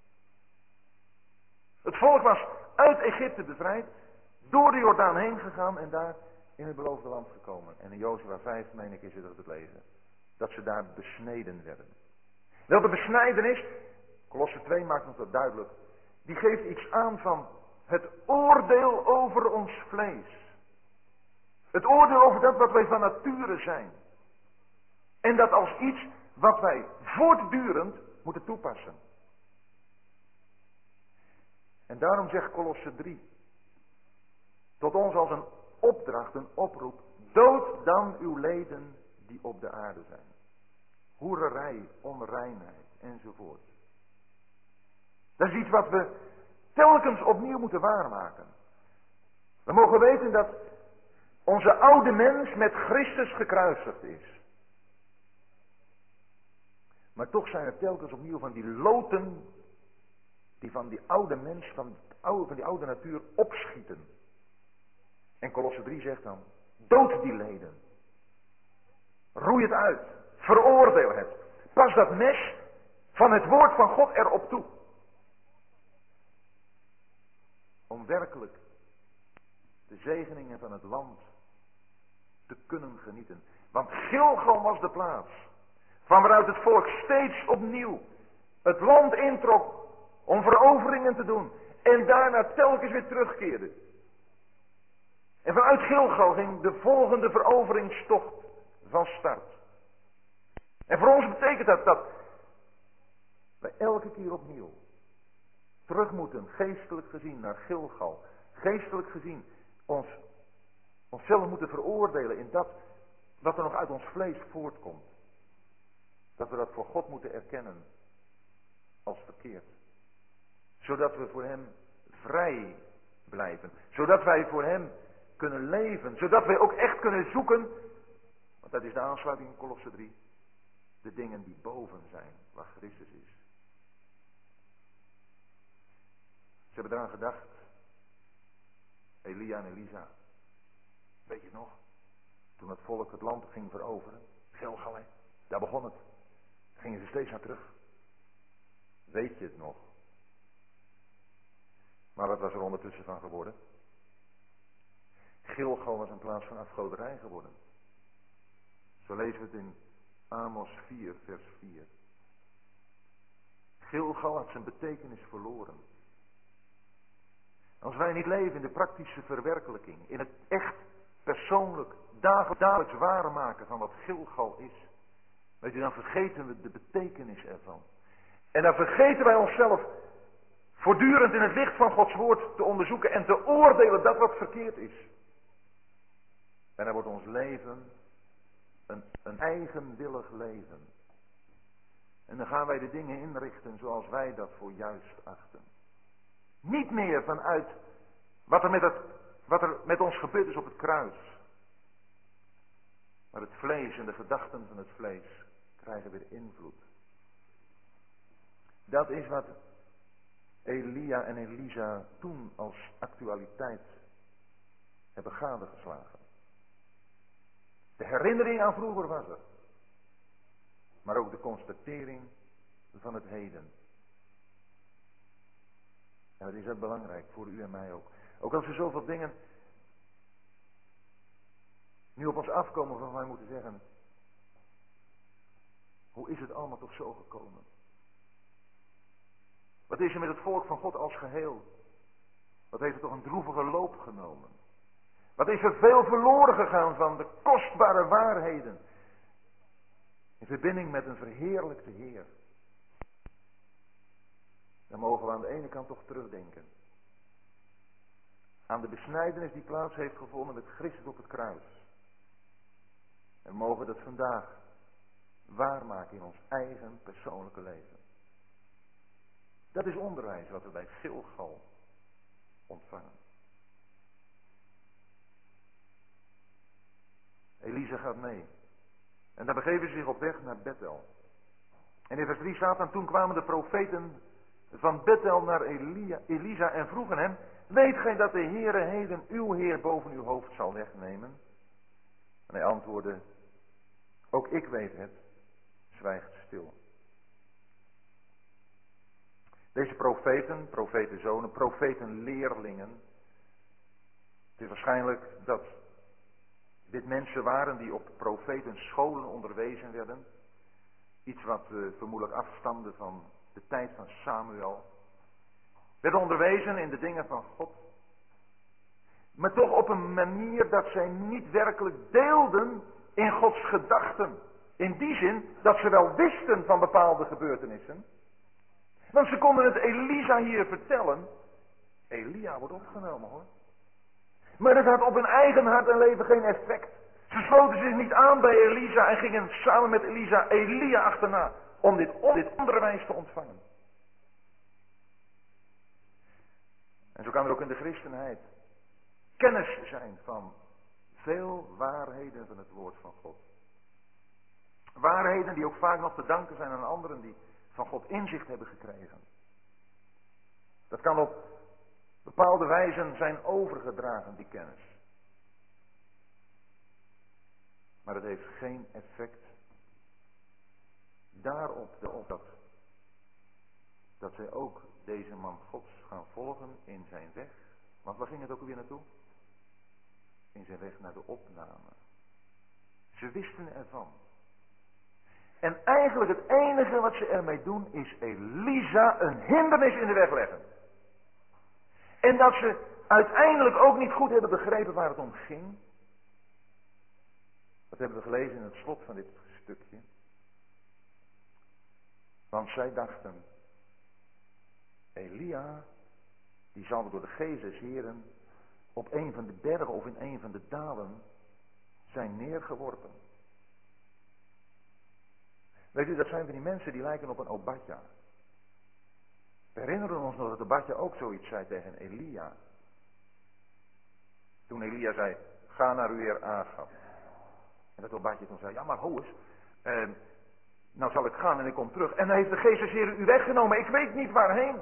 Het volk was uit Egypte bevrijd, door de Jordaan heen gegaan en daar in het beloofde land gekomen. En in Jozua 5, meen ik, is het dat het lezen. Dat ze daar besneden werden. Wel, de besnijdenis, Kolosser 2 maakt ons dat duidelijk, die geeft iets aan van het oordeel over ons vlees. Het oordeel over dat wat wij van nature zijn. En dat als iets wat wij voortdurend moeten toepassen. En daarom zegt Kolosser 3 tot ons als een opdracht, een oproep: dood dan uw leden die op de aarde zijn. Hoererij, onreinheid enzovoort. Dat is iets wat we telkens opnieuw moeten waarmaken. We mogen weten dat onze oude mens met Christus gekruisigd is. Maar toch zijn er telkens opnieuw van die loten die van die oude mens, van die oude natuur opschieten. En Kolosser 3 zegt dan: dood die leden. Roei het uit. Veroordeel het. Pas dat mes van het woord van God erop toe. Om werkelijk de zegeningen van het land te kunnen genieten. Want Gilgal was de plaats van waaruit het volk steeds opnieuw het land introk om veroveringen te doen. En daarna telkens weer terugkeerde. En vanuit Gilgal ging de volgende veroveringstocht van start. En voor ons betekent dat wij elke keer opnieuw terug moeten, geestelijk gezien, naar Gilgal. Geestelijk gezien onszelf moeten veroordelen in dat wat er nog uit ons vlees voortkomt. Dat we dat voor God moeten erkennen als verkeerd. Zodat we voor hem vrij blijven. Zodat wij voor hem kunnen leven. Zodat wij ook echt kunnen zoeken, want dat is de aansluiting in Kolosser 3, de dingen die boven zijn, waar Christus is. Ze hebben eraan gedacht. Elia en Elisa. Weet je het nog? Toen het volk het land ging veroveren. Gilgal, hè? Daar begon het. Daar gingen ze steeds naar terug. Weet je het nog? Maar wat was er ondertussen van geworden? Gilgal was een plaats van afgoderij geworden. Zo lezen we het in Amos 4, vers 4. Gilgal had zijn betekenis verloren. Als wij niet leven in de praktische verwerkelijking, in het echt persoonlijk, dagelijks waarmaken van wat Gilgal is, weet u, dan vergeten we de betekenis ervan. En dan vergeten wij onszelf voortdurend in het licht van Gods woord te onderzoeken en te oordelen dat wat verkeerd is. En dan wordt ons leven een eigenwillig leven. En dan gaan wij de dingen inrichten zoals wij dat voor juist achten. Niet meer vanuit wat er met ons gebeurd is op het kruis. Maar het vlees en de gedachten van het vlees krijgen weer invloed. Dat is wat Elia en Elisa toen als actualiteit hebben gadegeslagen. De herinnering aan vroeger was er. Maar ook de constatering van het heden. En dat is ook belangrijk voor u en mij ook. Ook als er zoveel dingen nu op ons afkomen waarvan wij moeten zeggen, hoe is het allemaal toch zo gekomen? Wat is er met het volk van God als geheel? Wat heeft het toch een droevige loop genomen? Wat is er veel verloren gegaan van de kostbare waarheden? In verbinding met een verheerlijkte Heer. Dan mogen we aan de ene kant toch terugdenken. Aan de besnijdenis die plaats heeft gevonden met Christus op het kruis. En we mogen dat vandaag waarmaken in ons eigen persoonlijke leven. Dat is onderwijs wat we bij Gilgal ontvangen. Elisa gaat mee. En dan begeven ze zich op weg naar Bethel. En in vers 3 staat dan, toen kwamen de profeten van Bethel naar Elisa en vroegen hem, weet gij dat de Heere heden uw Heer boven uw hoofd zal wegnemen? En hij antwoordde, ook ik weet het, zwijgt stil. Deze profeten, profetenzonen, profetenleerlingen. Het is waarschijnlijk dat dit mensen waren die op profetenscholen onderwezen werden. Iets wat vermoedelijk afstamde van de tijd van Samuel. Werden onderwezen in de dingen van God. Maar toch op een manier dat zij niet werkelijk deelden in Gods gedachten. In die zin dat ze wel wisten van bepaalde gebeurtenissen. Want ze konden het Elisa hier vertellen. Elia wordt opgenomen hoor. Maar dat had op hun eigen hart en leven geen effect. Ze sloten zich niet aan bij Elisa en gingen samen met Elisa Elia achterna. Om dit onderwijs te ontvangen. En zo kan er ook in de christenheid kennis zijn van veel waarheden van het woord van God. Waarheden die ook vaak nog te danken zijn aan anderen die van God inzicht hebben gekregen. Dat kan op bepaalde wijzen zijn overgedragen, die kennis. Maar het heeft geen effect daarop dat zij ook deze man Gods gaan volgen in zijn weg. Want waar ging het ook weer naartoe? In zijn weg naar de opname. Ze wisten ervan. En eigenlijk het enige wat ze ermee doen is Elisa een hindernis in de weg leggen. En dat ze uiteindelijk ook niet goed hebben begrepen waar het om ging. Dat hebben we gelezen in het slot van dit stukje. Want zij dachten, Elia, die zal door de geest des Heren op een van de bergen of in een van de dalen zijn neergeworpen. Weet u, dat zijn van die mensen die lijken op een Obadja. We herinneren ons nog dat Obadja ook zoiets zei tegen Elia. Toen Elia zei, ga naar uw heer Agab. En dat Obadja toen zei, ja maar ho eens, nou zal ik gaan en ik kom terug. En dan heeft de geest des Heren u weggenomen, ik weet niet waarheen.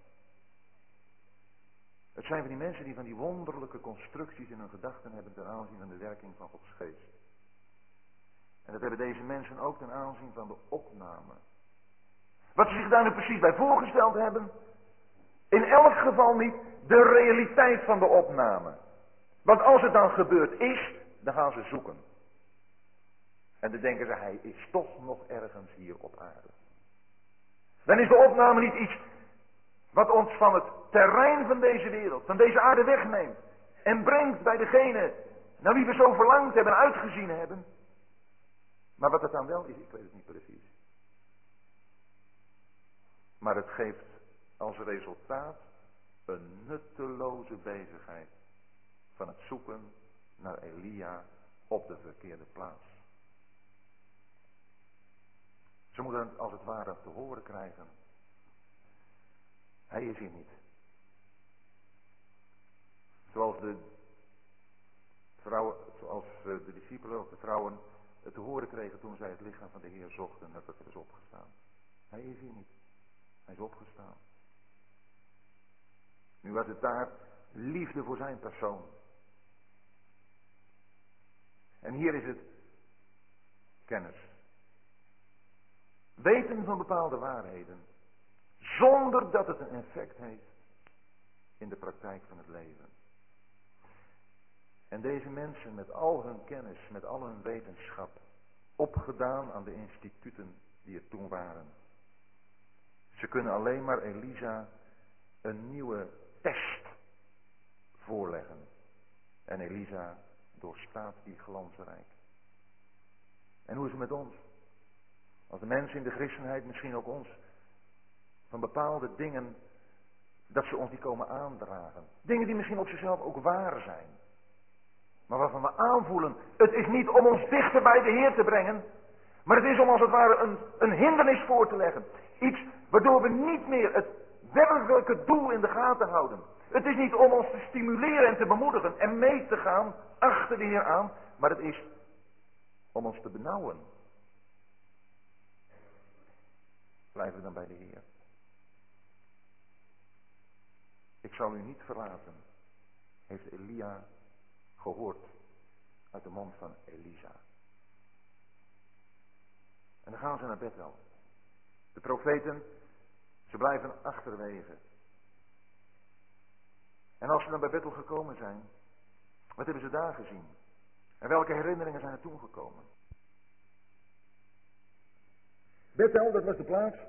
Het zijn van die mensen die van die wonderlijke constructies in hun gedachten hebben ten aanzien van de werking van Gods geest. En dat hebben deze mensen ook ten aanzien van de opname. Wat ze zich daar nu precies bij voorgesteld hebben. In elk geval niet de realiteit van de opname. Want als het dan gebeurd is, dan gaan ze zoeken. En dan denken ze, hij is toch nog ergens hier op aarde. Dan is de opname niet iets wat ons van het terrein van deze wereld, van deze aarde wegneemt. En brengt bij degene naar wie we zo verlangd hebben en uitgezien hebben. Maar wat het dan wel is, ik weet het niet precies. Maar het geeft als resultaat een nutteloze bezigheid van het zoeken naar Elia op de verkeerde plaats. Ze moeten als het ware te horen krijgen. Hij is hier niet. Zoals de discipelen of de vrouwen het te horen kregen toen zij het lichaam van de Heer zochten dat het is opgestaan. Hij is hier niet. Hij is opgestaan. Nu was het daar liefde voor zijn persoon. En hier is het kennis. Weten van bepaalde waarheden. Zonder dat het een effect heeft in de praktijk van het leven. En deze mensen met al hun kennis, met al hun wetenschap, opgedaan aan de instituten die er toen waren. Ze kunnen alleen maar Elisa een nieuwe test voorleggen. En Elisa doorstaat die glansrijk. En hoe is het met ons? Als de mensen in de christenheid, misschien ook ons, van bepaalde dingen, dat ze ons die komen aandragen. Dingen die misschien op zichzelf ook waar zijn. Maar waarvan we aanvoelen, het is niet om ons dichter bij de Heer te brengen, maar het is om als het ware een hindernis voor te leggen. Iets waardoor we niet meer het werkelijke doel in de gaten houden. Het is niet om ons te stimuleren en te bemoedigen en mee te gaan achter de Heer aan, maar het is om ons te benauwen. Blijven we dan bij de Heer. Ik zal u niet verlaten, heeft Elia gehoord uit de mond van Elisa. En dan gaan ze naar Bethel. De profeten, ze blijven achterwege. En als ze dan bij Bethel gekomen zijn, wat hebben ze daar gezien? En welke herinneringen zijn er toen gekomen? Bethel, dat was de plaats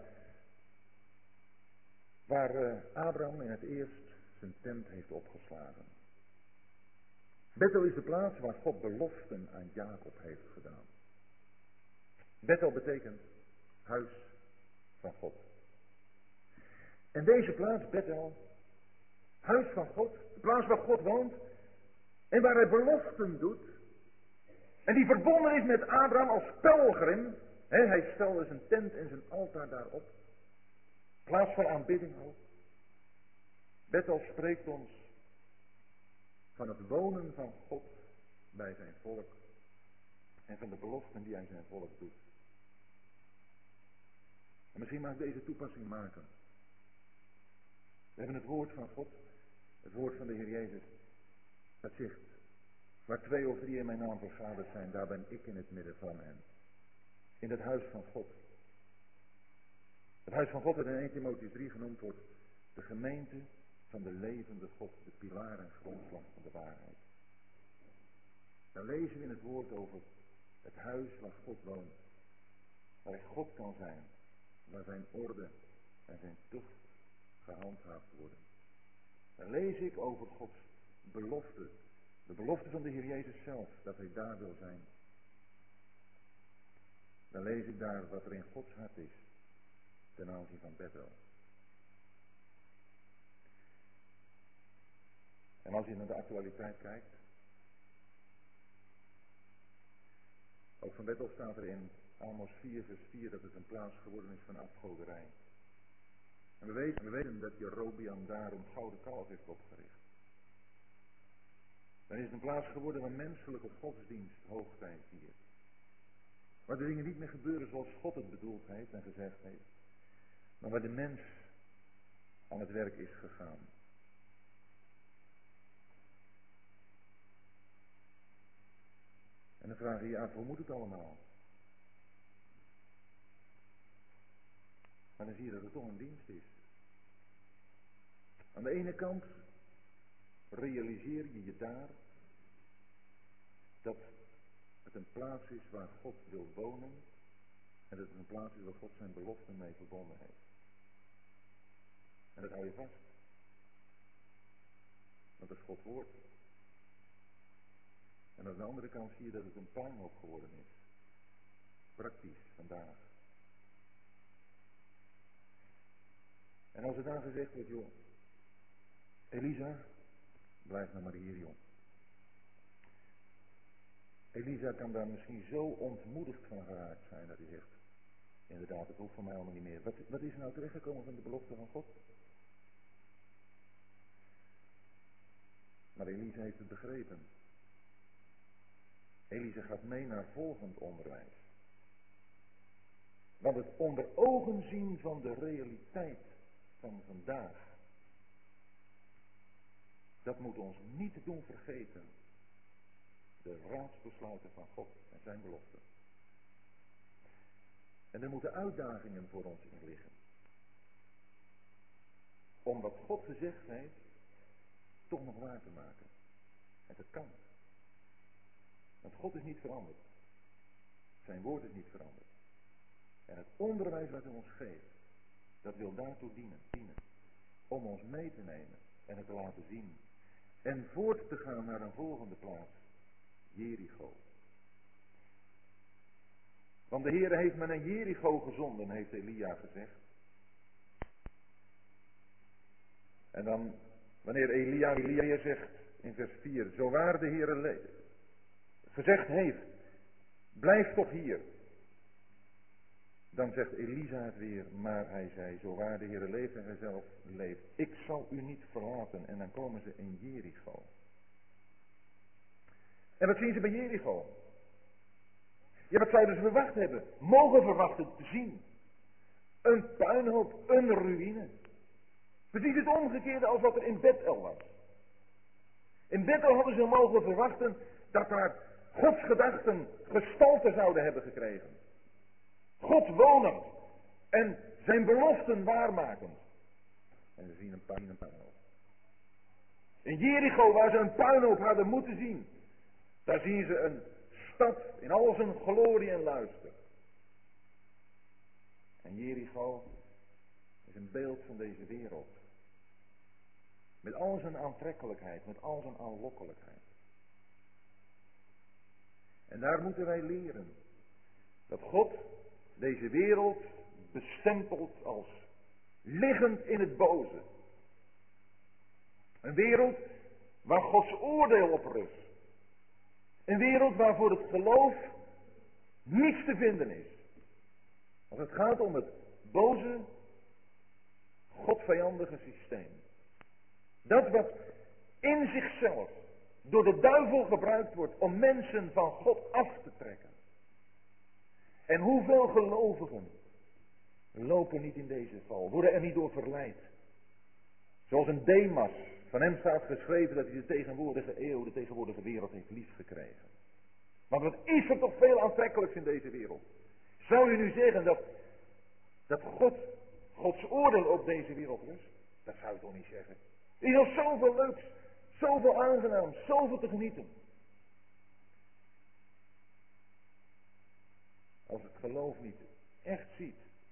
waar Abraham in het eerst zijn tent heeft opgeslagen. Bethel is de plaats waar God beloften aan Jacob heeft gedaan. Bethel betekent huis van God. En deze plaats, Bethel, huis van God, de plaats waar God woont en waar hij beloften doet. En die verbonden is met Abraham als pelgrim. Hij stelde zijn tent en zijn altaar daarop. Plaats van aanbidding ook. Bethel spreekt ons van het wonen van God bij zijn volk en van de beloften die hij zijn volk doet. En misschien mag ik deze toepassing maken. We hebben het woord van God, het woord van de Heer Jezus, dat zegt, waar 2 of 3 in mijn naam vergaderd zijn, daar ben ik in het midden van hen. In het huis van God. Het huis van God dat in 1 Timotheüs 3 genoemd wordt, de gemeente van de levende God, de pilaar en grondslag van de waarheid. Dan lezen we in het woord over het huis waar God woont, waar God kan zijn, waar zijn orde en zijn tucht gehandhaafd worden. Dan lees ik over Gods belofte, de belofte van de Heer Jezus zelf, dat hij daar wil zijn. Dan lees ik daar wat er in Gods hart is, ten aanzien van Bethel. En als je naar de actualiteit kijkt, ook van Bethel staat er in Amos 4 vers 4 dat het een plaats geworden is van afgoderij. En we weten dat Jerobeam daar een gouden kalf heeft opgericht. Dan is het een plaats geworden waar menselijke godsdienst hoogtij viert. Waar de dingen niet meer gebeuren zoals God het bedoeld heeft en gezegd heeft. Maar waar de mens aan het werk is gegaan. En dan vraag je je af, hoe moet het allemaal? Maar dan zie je dat het toch een dienst is. Aan de ene kant realiseer je je daar dat het een plaats is waar God wil wonen en dat het een plaats is waar God zijn beloften mee verbonden heeft. En dat hou je vast. Want dat is Gods woord. En aan de andere kant zie je dat het een puinhoop geworden is. Praktisch, vandaag. En als er dan gezegd wordt, joh, Elisa, blijf nou maar hier, joh. Elisa kan daar misschien zo ontmoedigd van geraakt zijn dat hij zegt, Inderdaad, het hoeft voor mij allemaal niet meer. Wat is er nou terechtgekomen van de belofte van God? Maar Elisa heeft het begrepen. Elisa gaat mee naar volgend onderwijs. Want het onder ogen zien van de realiteit van vandaag, dat moet ons niet doen vergeten. De raadsbesluiten van God en zijn beloften. En er moeten uitdagingen voor ons in liggen. Om wat God gezegd heeft, toch nog waar te maken. En dat kan. Want God is niet veranderd. Zijn woord is niet veranderd. En het onderwijs wat hij ons geeft, dat wil daartoe dienen. Om ons mee te nemen en het te laten zien. En voort te gaan naar een volgende plaats. Jericho. Want de Heere heeft me naar Jericho gezonden, heeft Elia gezegd. En dan, wanneer Elia zegt in vers 4, zo waar de Heere gezegd heeft, blijf toch hier. Dan zegt Elisa het weer, maar hij zei, zo waar de Heere leeft en hij zelf leeft, ik zal u niet verlaten. En dan komen ze in Jericho. En wat zien ze bij Jericho? Ja, wat zouden ze verwacht hebben? Mogen verwachten te zien. Een puinhoop, een ruïne. Precies het omgekeerde als wat er in Bethel was. In Bethel hadden ze mogen verwachten dat daar Gods gedachten gestalte zouden hebben gekregen. God wonend en zijn beloften waarmakend. En ze zien een puinhoop. In Jericho, waar ze een puinhoop hadden moeten zien, daar zien ze een stad in al zijn glorie en luister. En Jericho is een beeld van deze wereld. Met al zijn aantrekkelijkheid, met al zijn aanlokkelijkheid. En daar moeten wij leren dat God deze wereld bestempelt als liggend in het boze. Een wereld waar Gods oordeel op rust. Een wereld waarvoor het geloof niets te vinden is. Als het gaat om het boze, godvijandige systeem. Dat wat in zichzelf door de duivel gebruikt wordt om mensen van God af te trekken. En hoeveel gelovigen lopen niet in deze val, worden er niet door verleid. Zoals een Demas, van hem staat geschreven dat hij de tegenwoordige eeuw, de tegenwoordige wereld heeft liefgekregen. Maar wat is er toch veel aantrekkelijks in deze wereld? Zou u nu zeggen dat Gods oordeel op deze wereld rust? Dat zou je toch niet zeggen. Er is nog zoveel leuks, zoveel aangenaams, zoveel te genieten. Als het geloof niet echt ziet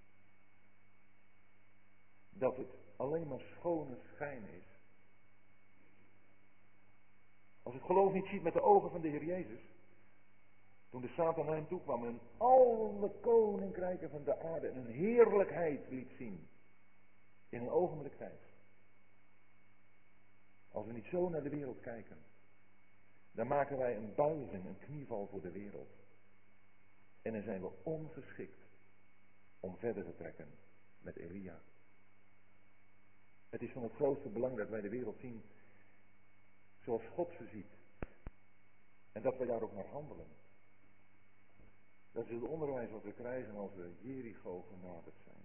dat het alleen maar schone schijn is. Als het geloof niet ziet met de ogen van de Heer Jezus. Toen de Satan naar hem toe kwam en alle koninkrijken van de aarde en hun heerlijkheid liet zien. In een ogenblik tijd. Als we niet zo naar de wereld kijken. Dan maken wij een buiging, een knieval voor de wereld. En dan zijn we ongeschikt om verder te trekken met Elia. Het is van het grootste belang dat wij de wereld zien zoals God ze ziet. En dat wij daar ook naar handelen. Dat is het onderwijs wat we krijgen als we Jericho genaderd zijn.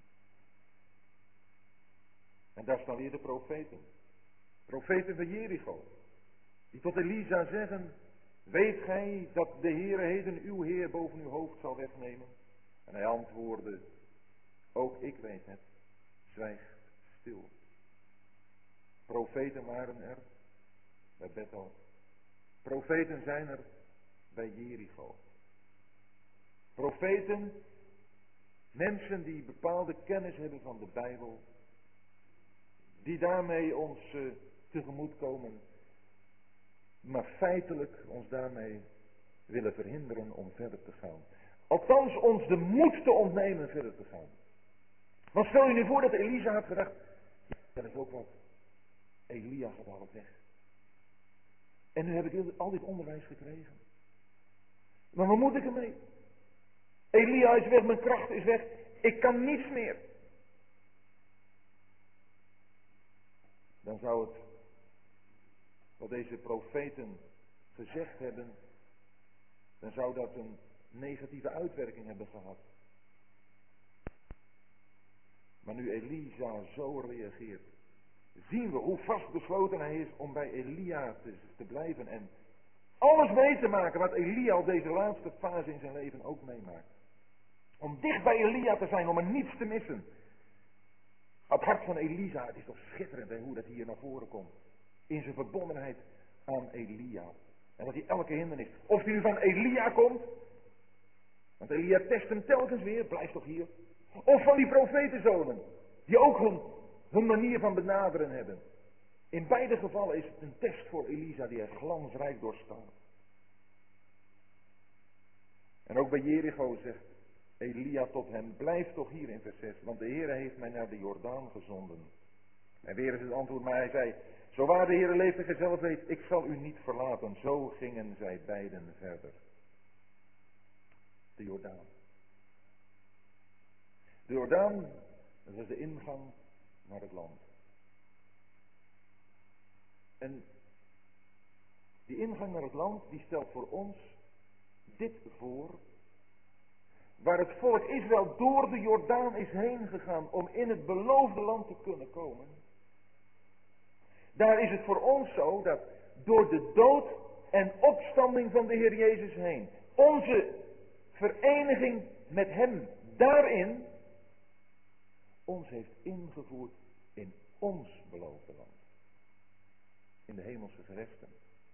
En daar staan weer de profeten. Profeten van Jericho. Die tot Elisa zeggen, weet gij dat de Heere heden uw Heer boven uw hoofd zal wegnemen? En hij antwoordde, ook ik weet het, zwijg stil. Profeten waren er bij Bethel. Profeten zijn er bij Jericho. Profeten, mensen die bepaalde kennis hebben van de Bijbel, die daarmee ons tegemoet komen, maar feitelijk ons daarmee willen verhinderen om verder te gaan. Althans ons de moed te ontnemen verder te gaan. Want stel je nu voor dat Elisa had gedacht, ja, dat is ook wat. Elia gaat al weg. En nu heb ik al dit onderwijs gekregen. Maar wat moet ik ermee? Elia is weg, mijn kracht is weg. Ik kan niets meer. Dan zou het, wat deze profeten gezegd hebben, dan zou dat een negatieve uitwerking hebben gehad. Maar nu Elisa zo reageert, zien we hoe vastbesloten hij is om bij Elia te blijven en alles mee te maken wat Elia op deze laatste fase in zijn leven ook meemaakt. Om dicht bij Elia te zijn, om er niets te missen. Het hart van Elisa, het is toch schitterend hè, hoe dat hier naar voren komt. In zijn verbondenheid aan Elia. En dat hij elke hindernis, of hij nu van Elia komt, want Elia test hem telkens weer, blijf toch hier. Of van die profetenzonen, die ook hun manier van benaderen hebben. In beide gevallen is het een test voor Elisa die hij glansrijk doorstaat. En ook bij Jericho zegt Elia tot hem, blijf toch hier in vers 6, want de Heere heeft mij naar de Jordaan gezonden. En weer is het antwoord, maar hij zei, zo waar de Heere leeft en gij zelf weet, ik zal u niet verlaten. Zo gingen zij beiden verder. De Jordaan. De Jordaan, dat is de ingang naar het land. En die ingang naar het land, die stelt voor ons dit voor. Waar het volk Israël door de Jordaan is heen gegaan om in het beloofde land te kunnen komen. Daar is het voor ons zo dat door de dood en opstanding van de Heer Jezus heen, onze vereniging met Hem daarin, ons heeft ingevoerd in ons beloofde land. In de hemelse gerechten.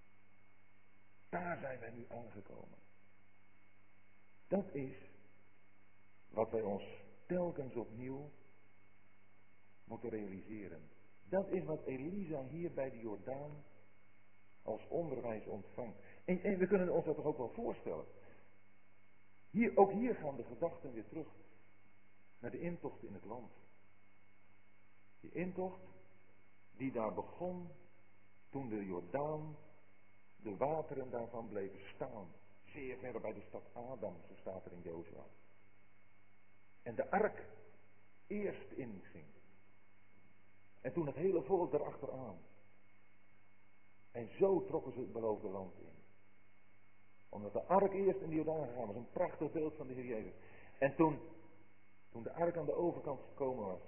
Daar zijn wij nu aangekomen. Dat is wat wij ons telkens opnieuw moeten realiseren. Dat is wat Elisa hier bij de Jordaan als onderwijs ontvangt. En we kunnen ons dat toch ook wel voorstellen. Ook hier gaan de gedachten weer terug naar de intocht in het land. Die intocht die daar begon toen de Jordaan, de wateren daarvan bleven staan. Zeer ver bij de stad Adam, zo staat er in Jozua. En de ark eerst inging. En toen het hele volk erachteraan. En zo trokken ze het beloofde land in. Omdat de ark eerst in de Jordaan gegaan was. Een prachtig beeld van de Heer Jezus. En toen de ark aan de overkant gekomen was.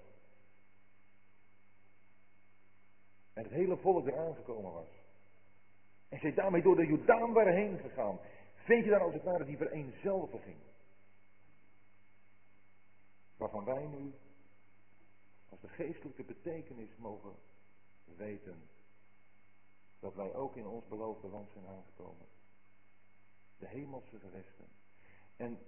En het hele volk eraan gekomen was. En zij daarmee door de Jordaan waren heen gegaan. Vind je daar als het ware die vereenzelviging. Waarvan wij nu als de geestelijke betekenis mogen weten. Dat wij ook in ons beloofde land zijn aangekomen. De hemelse gewesten. En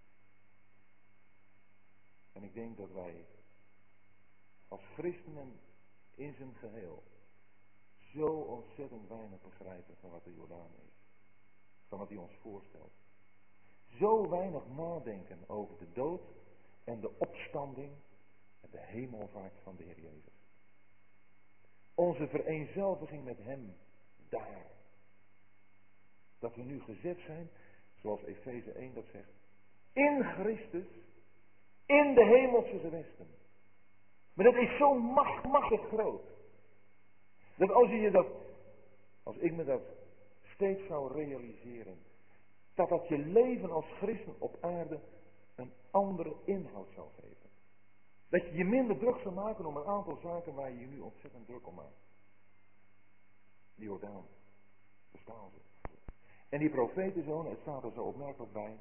ik denk dat wij als christenen in zijn geheel zo ontzettend weinig begrijpen van wat de Jordaan is. Van wat hij ons voorstelt. Zo weinig nadenken over de dood en de opstanding en de hemelvaart van de Heer Jezus. Onze vereenzelviging met Hem daar. Dat we nu gezet zijn, zoals Efeze 1 dat zegt, in Christus, in de hemelse gewesten. Maar dat is zo machtig groot. Dat als ik me dat steeds zou realiseren, dat je leven als christen op aarde een andere inhoud zou geven. Dat je je minder druk zou maken om een aantal zaken waar je je nu ontzettend druk om maakt. Die Jordaan, daar staan ze. En die profetenzonen, het staat er zo opmerkelijk bij.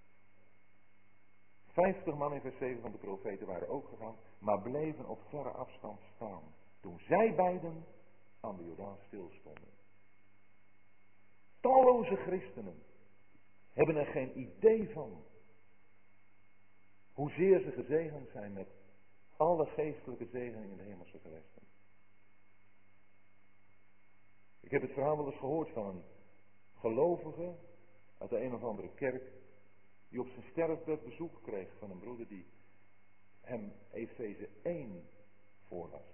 50 man in vers 7 van de profeten waren ook gegaan, maar bleven op verre afstand staan. Toen zij beiden aan de Jordaan stilstonden. Talloze christenen hebben er geen idee van hoezeer ze gezegend zijn met alle geestelijke zegeningen in de hemelse gewesten. Ik heb het verhaal wel eens gehoord van een gelovige uit de een of andere kerk die op zijn sterfbed bezoek kreeg van een broeder die hem Efeze 1 voorlas.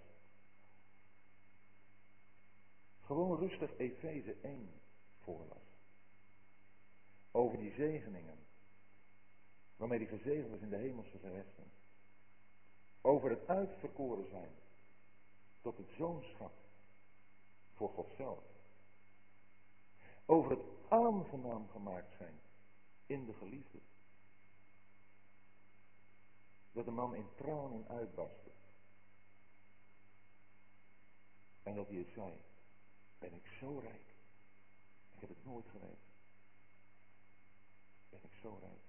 Gewoon rustig Efeze 1 voorlas. Over die zegeningen waarmee hij gezegend was in de hemelse gewesten. Over het uitverkoren zijn tot het zoonschap voor God zelf. Over het aangenaam gemaakt zijn in de geliefde. Dat de man in tranen uitbarstte. En dat hij het zei. Ben ik zo rijk? Ik heb het nooit geweten. Ben ik zo rijk?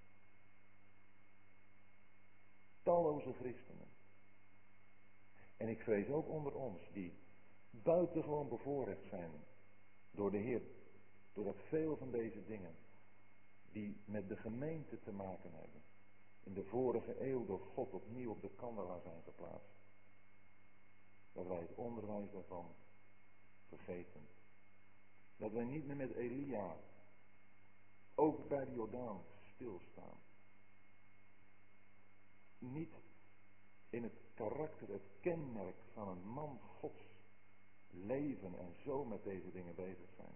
Talloze christenen. En ik vrees ook onder ons die buitengewoon bevoorrecht zijn door de Heer. Doordat veel van deze dingen die met de gemeente te maken hebben. In de vorige eeuw door God opnieuw op de kandelaar zijn geplaatst. Dat wij het onderwijs daarvan vergeten. Dat wij niet meer met Elia ook bij de Jordaan stilstaan. Niet in het karakter, het kenmerk van een man Gods leven en zo met deze dingen bezig zijn.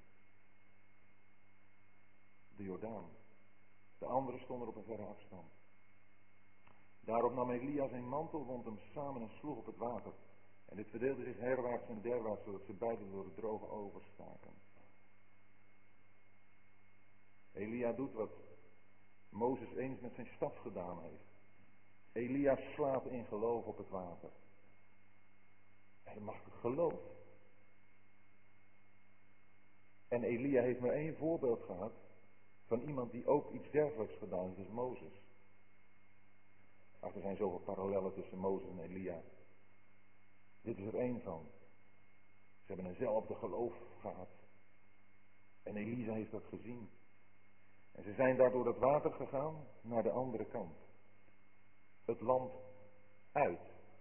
De Jordaan. De anderen stonden op een verre afstand. Daarop nam Elia zijn mantel, wond hem samen en sloeg op het water. En dit verdeelde zich herwaarts en derwaarts, zodat ze beiden door de droge overstaken. Elia doet wat Mozes eens met zijn staf gedaan heeft. Elia slaat in geloof op het water. Hij mag geloof. En Elia heeft maar één voorbeeld gehad van iemand die ook iets dergelijks gedaan heeft, dat is Mozes. Ach, er zijn zoveel parallellen tussen Mozes en Elia. Dit is er één van. Ze hebben eenzelfde geloof gehad. En Elisa heeft dat gezien. En ze zijn daar door het water gegaan naar de andere kant. Het land uit.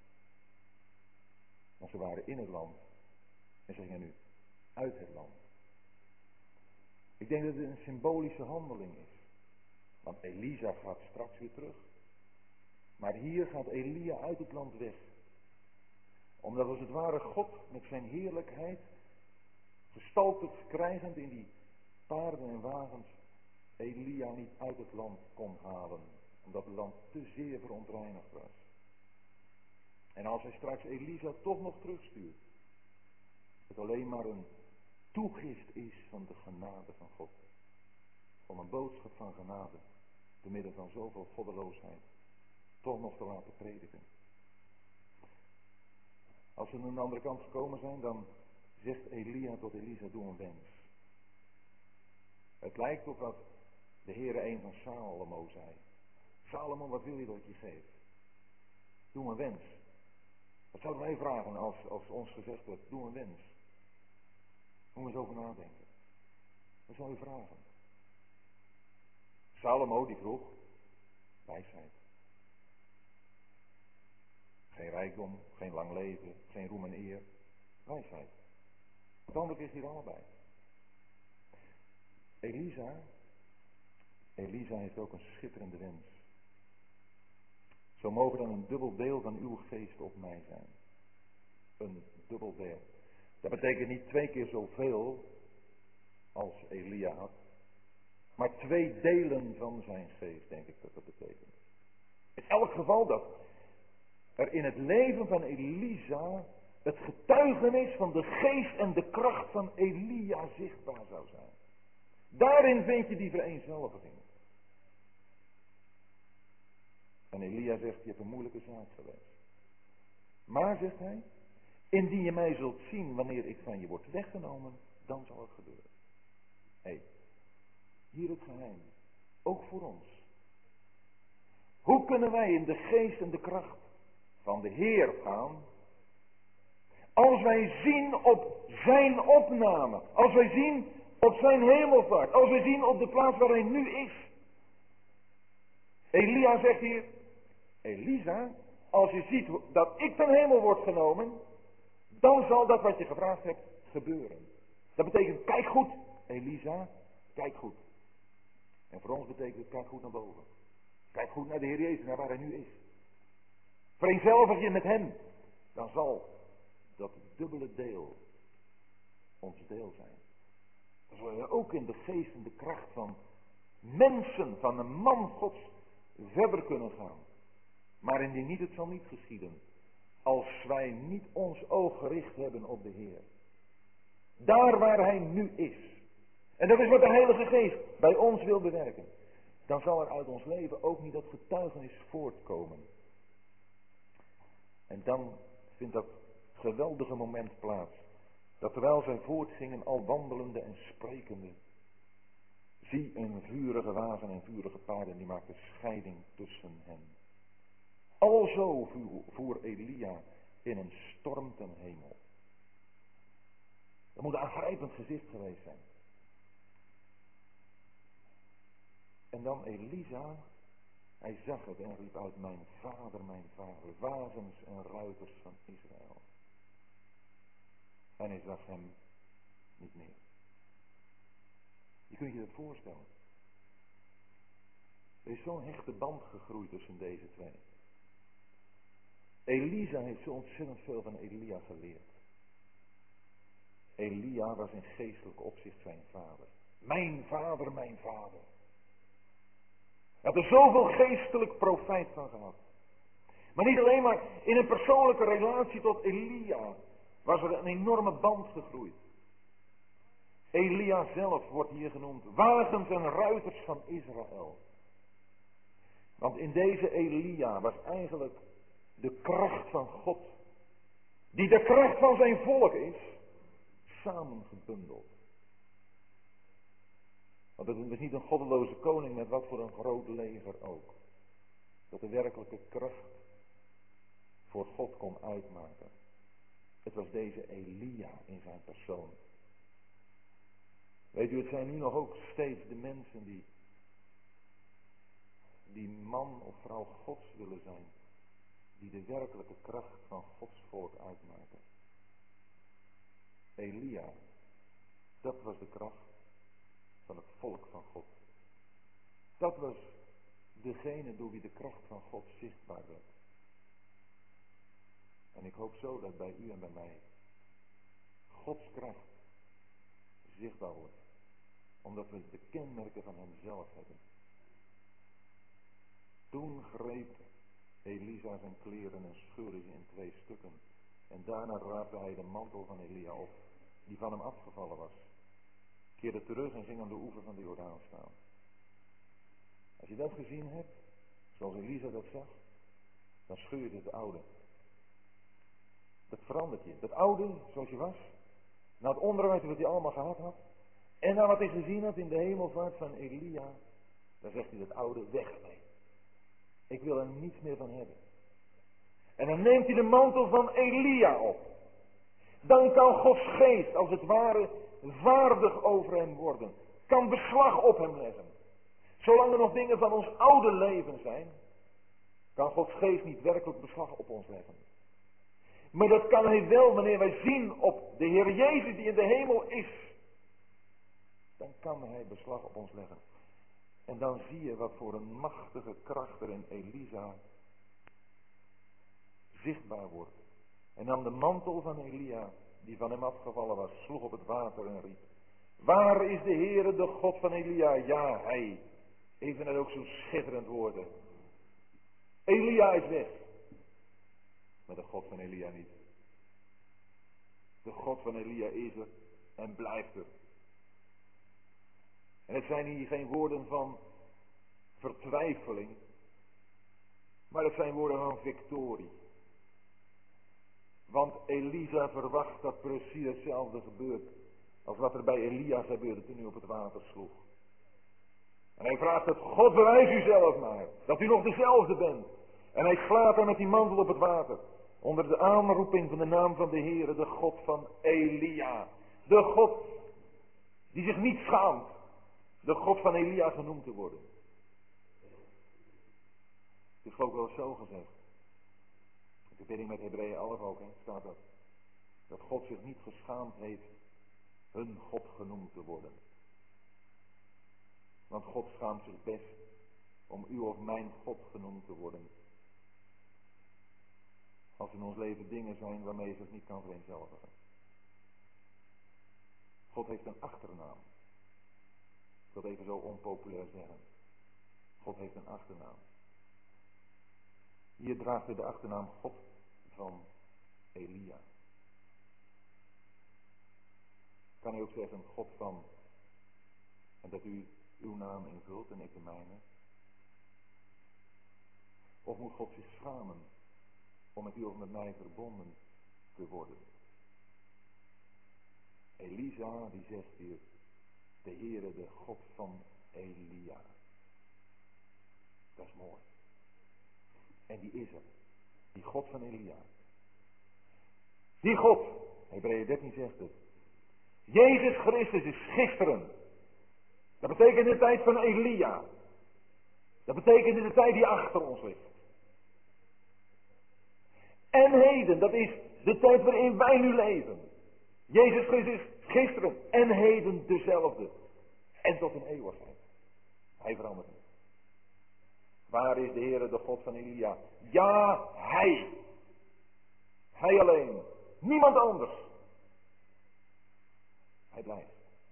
Want ze waren in het land. En ze gingen nu uit het land. Ik denk dat het een symbolische handeling is. Want Elisa gaat straks weer terug. Maar hier gaat Elia uit het land weg. Omdat als het ware God met zijn heerlijkheid, gestalte krijgend in die paarden en wagens, Elia niet uit het land kon halen. Omdat het land te zeer verontreinigd was. En als hij straks Elisa toch nog terugstuurt, het alleen maar een toegift is van de genade van God. Om een boodschap van genade, te midden van zoveel goddeloosheid, toch nog te laten prediken. Als ze aan de andere kant gekomen zijn, dan zegt Elia tot Elisa, doe een wens. Het lijkt op wat de Heere een van Salomo zei. Salomo, wat wil je dat ik je geef? Doe een wens. Wat zouden wij vragen als ons gezegd wordt, doe een wens? Moet eens over nadenken. Wat zou je vragen? Salomo die vroeg, wijsheid. Geen rijkdom, geen lang leven, geen roem en eer. Wijsheid. Het andere is hier allebei. Elisa heeft ook een schitterende wens. Zo mogen dan een dubbel deel van uw geest op mij zijn. Een dubbel deel. Dat betekent niet 2 keer zoveel als Elia had. Maar 2 delen van zijn geest, denk ik dat dat betekent. In elk geval dat er in het leven van Elisa het getuigenis van de geest en de kracht van Elia zichtbaar zou zijn. Daarin vind je die vereenzelviging. En Elia zegt, je hebt een moeilijke zaak geweest. Maar, zegt hij, indien je mij zult zien wanneer ik van je word weggenomen, dan zal het gebeuren. Hé, hier het geheim. Ook voor ons. Hoe kunnen wij in de geest en de kracht van de Heer gaan, als wij zien op zijn opname, als wij zien op zijn hemelvaart, als wij zien op de plaats waar hij nu is. Elia zegt hier, Elisa, als je ziet dat ik ten hemel word genomen, dan zal dat wat je gevraagd hebt gebeuren. Dat betekent, kijk goed, Elisa, kijk goed. En voor ons betekent het, kijk goed naar boven. Kijk goed naar de Heer Jezus, naar waar hij nu is. Vereenzelvig je met hem, dan zal dat dubbele deel ons deel zijn. Dan zullen we ook in de geest en de kracht van mensen, van een man Gods, verder kunnen gaan. Maar indien niet, het zal niet geschieden. Als wij niet ons oog gericht hebben op de Heer. Daar waar Hij nu is. En dat is wat de Heilige Geest bij ons wil bewerken. Dan zal er uit ons leven ook niet dat getuigenis voortkomen. En dan vindt dat geweldige moment plaats. Dat terwijl zij voortgingen, al wandelende en sprekende. Zie, een vurige wagen en vurige paarden, die maakten scheiding tussen hen. Alzo voer Elia in een storm ten hemel. Dat moet een aangrijpend gezicht geweest zijn. En dan Elisa, hij zag het en riep uit, mijn vader, wagens en ruiters van Israël. En hij zag hem niet meer. Je kunt je dat voorstellen. Er is zo'n hechte band gegroeid tussen deze twee. Elisa heeft zo ontzettend veel van Elia geleerd. Elia was in geestelijk opzicht zijn vader. Mijn vader, mijn vader. Hij had er zoveel geestelijk profijt van gehad. Maar niet alleen maar in een persoonlijke relatie tot Elia was er een enorme band gegroeid. Elia zelf wordt hier genoemd wagens en ruiters van Israël. Want in deze Elia was eigenlijk de kracht van God, die de kracht van zijn volk is, samengebundeld. Want het is niet een goddeloze koning met wat voor een groot leger ook. Dat de werkelijke kracht voor God kon uitmaken. Het was deze Elia in zijn persoon. Weet u, het zijn nu nog ook steeds de mensen die man of vrouw Gods willen zijn. Die de werkelijke kracht van Gods volk uitmaken. Elia, dat was de kracht van het volk van God. Dat was degene door wie de kracht van God zichtbaar werd. En ik hoop zo dat bij u en bij mij Gods kracht zichtbaar wordt. Omdat we de kenmerken van hem zelf hebben. Toen greep Elisa zijn kleren en scheurde ze in 2 stukken. En daarna raapte hij de mantel van Elia op, die van hem afgevallen was. Keerde terug en ging aan de oever van de Jordaan staan. Als je dat gezien hebt, zoals Elisa dat zag, dan scheur je het oude. Dat verandert je. Dat oude, zoals je was, na het onderwijs wat hij allemaal gehad had, en na wat hij gezien had in de hemelvaart van Elia, dan zegt hij dat oude, weg ermee. Ik wil er niets meer van hebben. En dan neemt hij de mantel van Elia op. Dan kan Gods geest als het ware vaardig over hem worden. Kan beslag op hem leggen. Zolang er nog dingen van ons oude leven zijn, kan Gods geest niet werkelijk beslag op ons leggen. Maar dat kan hij wel wanneer wij zien op de Heer Jezus die in de hemel is. Dan kan hij beslag op ons leggen. En dan zie je wat voor een machtige kracht er in Elisa zichtbaar wordt. En nam de mantel van Elia, die van hem afgevallen was, sloeg op het water en riep: waar is de Heere, de God van Elia? Ja, hij. Even net ook zo'n schitterend woorden. Elia is weg. Maar de God van Elia niet. De God van Elia is er en blijft er. En het zijn hier geen woorden van vertwijfeling, maar het zijn woorden van victorie. Want Elisa verwacht dat precies hetzelfde gebeurt als wat er bij Elia gebeurde toen hij op het water sloeg. En hij vraagt het: God, bewijs u zelf maar, dat u nog dezelfde bent. En hij slaat er met die mantel op het water, onder de aanroeping van de naam van de Heere, de God van Elia. De God die zich niet schaamt, de God van Elia genoemd te worden. Het is ook wel zo gezegd. In verbinding met Hebreeën 11 ook, staat dat. Dat God zich niet geschaamd heeft hun God genoemd te worden. Want God schaamt zich best om u of mijn God genoemd te worden. Als in ons leven dingen zijn waarmee je zich niet kan vereenzelvigen. God heeft een achternaam. Ik wil het even zo onpopulair zeggen. God heeft een achternaam. Hier draagt hij de achternaam God van Elia. Kan hij ook zeggen God van, en dat u uw naam invult en ik de mijne? Of moet God zich schamen om met u of met mij verbonden te worden? Elisa die zegt hier, de Heere, de God van Elia. Dat is mooi. En die is er. Die God van Elia. Die God, Hebreeën 13 zegt het. Jezus Christus is gisteren. Dat betekent in de tijd van Elia. Dat betekent in de tijd die achter ons ligt. En heden, dat is de tijd waarin wij nu leven. Jezus Christus is gisteren en heden dezelfde. En tot een eeuwigheid. Hij verandert niet. Waar is de Heere, de God van Elia? Ja, Hij. Hij alleen. Niemand anders. Hij blijft.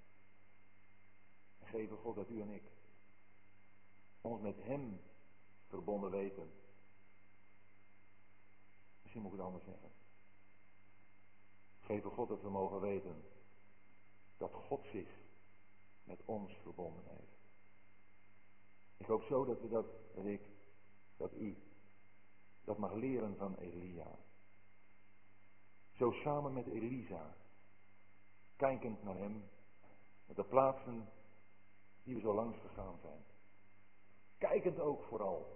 En geve God dat u en ik ons met Hem verbonden weten. Misschien moet ik het anders zeggen. Geve God dat we mogen weten dat God zich met ons verbonden heeft. Ik hoop zo dat dat u dat mag leren van Elia. Zo samen met Elisa, kijkend naar hem, met de plaatsen die we zo langs gegaan zijn. Kijkend ook vooral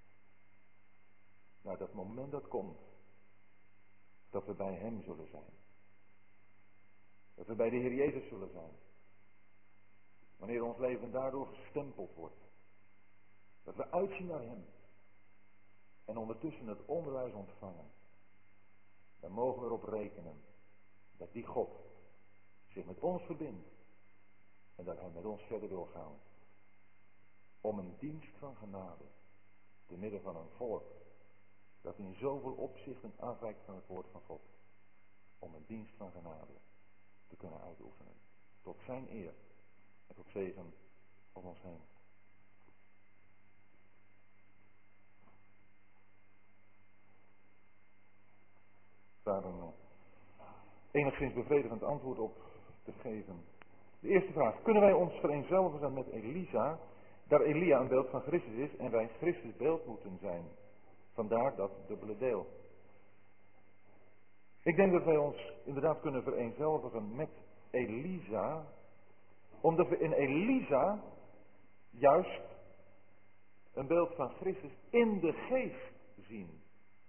naar dat moment dat komt, dat we bij hem zullen zijn. Dat we bij de Heer Jezus zullen zijn. Wanneer ons leven daardoor gestempeld wordt. Dat we uitzien naar hem. En ondertussen het onderwijs ontvangen. Dan mogen we erop rekenen dat die God zich met ons verbindt. En dat hij met ons verder wil gaan. Om een dienst van genade. Te midden van een volk. Dat in zoveel opzichten afwijkt van het woord van God. Om een dienst van genade te kunnen uitoefenen. Tot zijn eer. En tot zegen om ons heen. Daar een enigszins bevredigend antwoord op te geven. De eerste vraag. Kunnen wij ons vereenzelvigen met Elisa, daar Elia een beeld van Christus is en wij Christus beeld moeten zijn? Vandaar dat dubbele deel. Ik denk dat wij ons inderdaad kunnen vereenzelvigen met Elisa, omdat we in Elisa juist een beeld van Christus in de geest zien.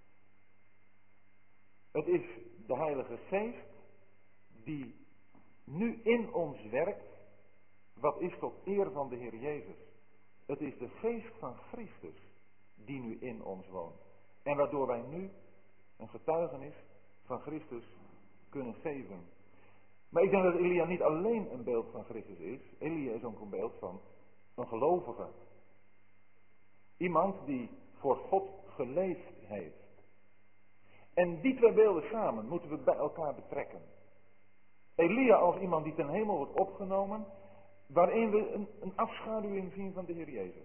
Het is de Heilige Geest die nu in ons werkt, wat is tot eer van de Heer Jezus. Het is de geest van Christus die nu in ons woont. En waardoor wij nu een getuigenis van Christus kunnen geven. Maar ik denk dat Elia niet alleen een beeld van Christus is. Elia is ook een beeld van een gelovige. Iemand die voor God geleefd heeft. En die twee beelden samen moeten we bij elkaar betrekken. Elia als iemand die ten hemel wordt opgenomen, waarin we een afschaduwing zien van de Heer Jezus.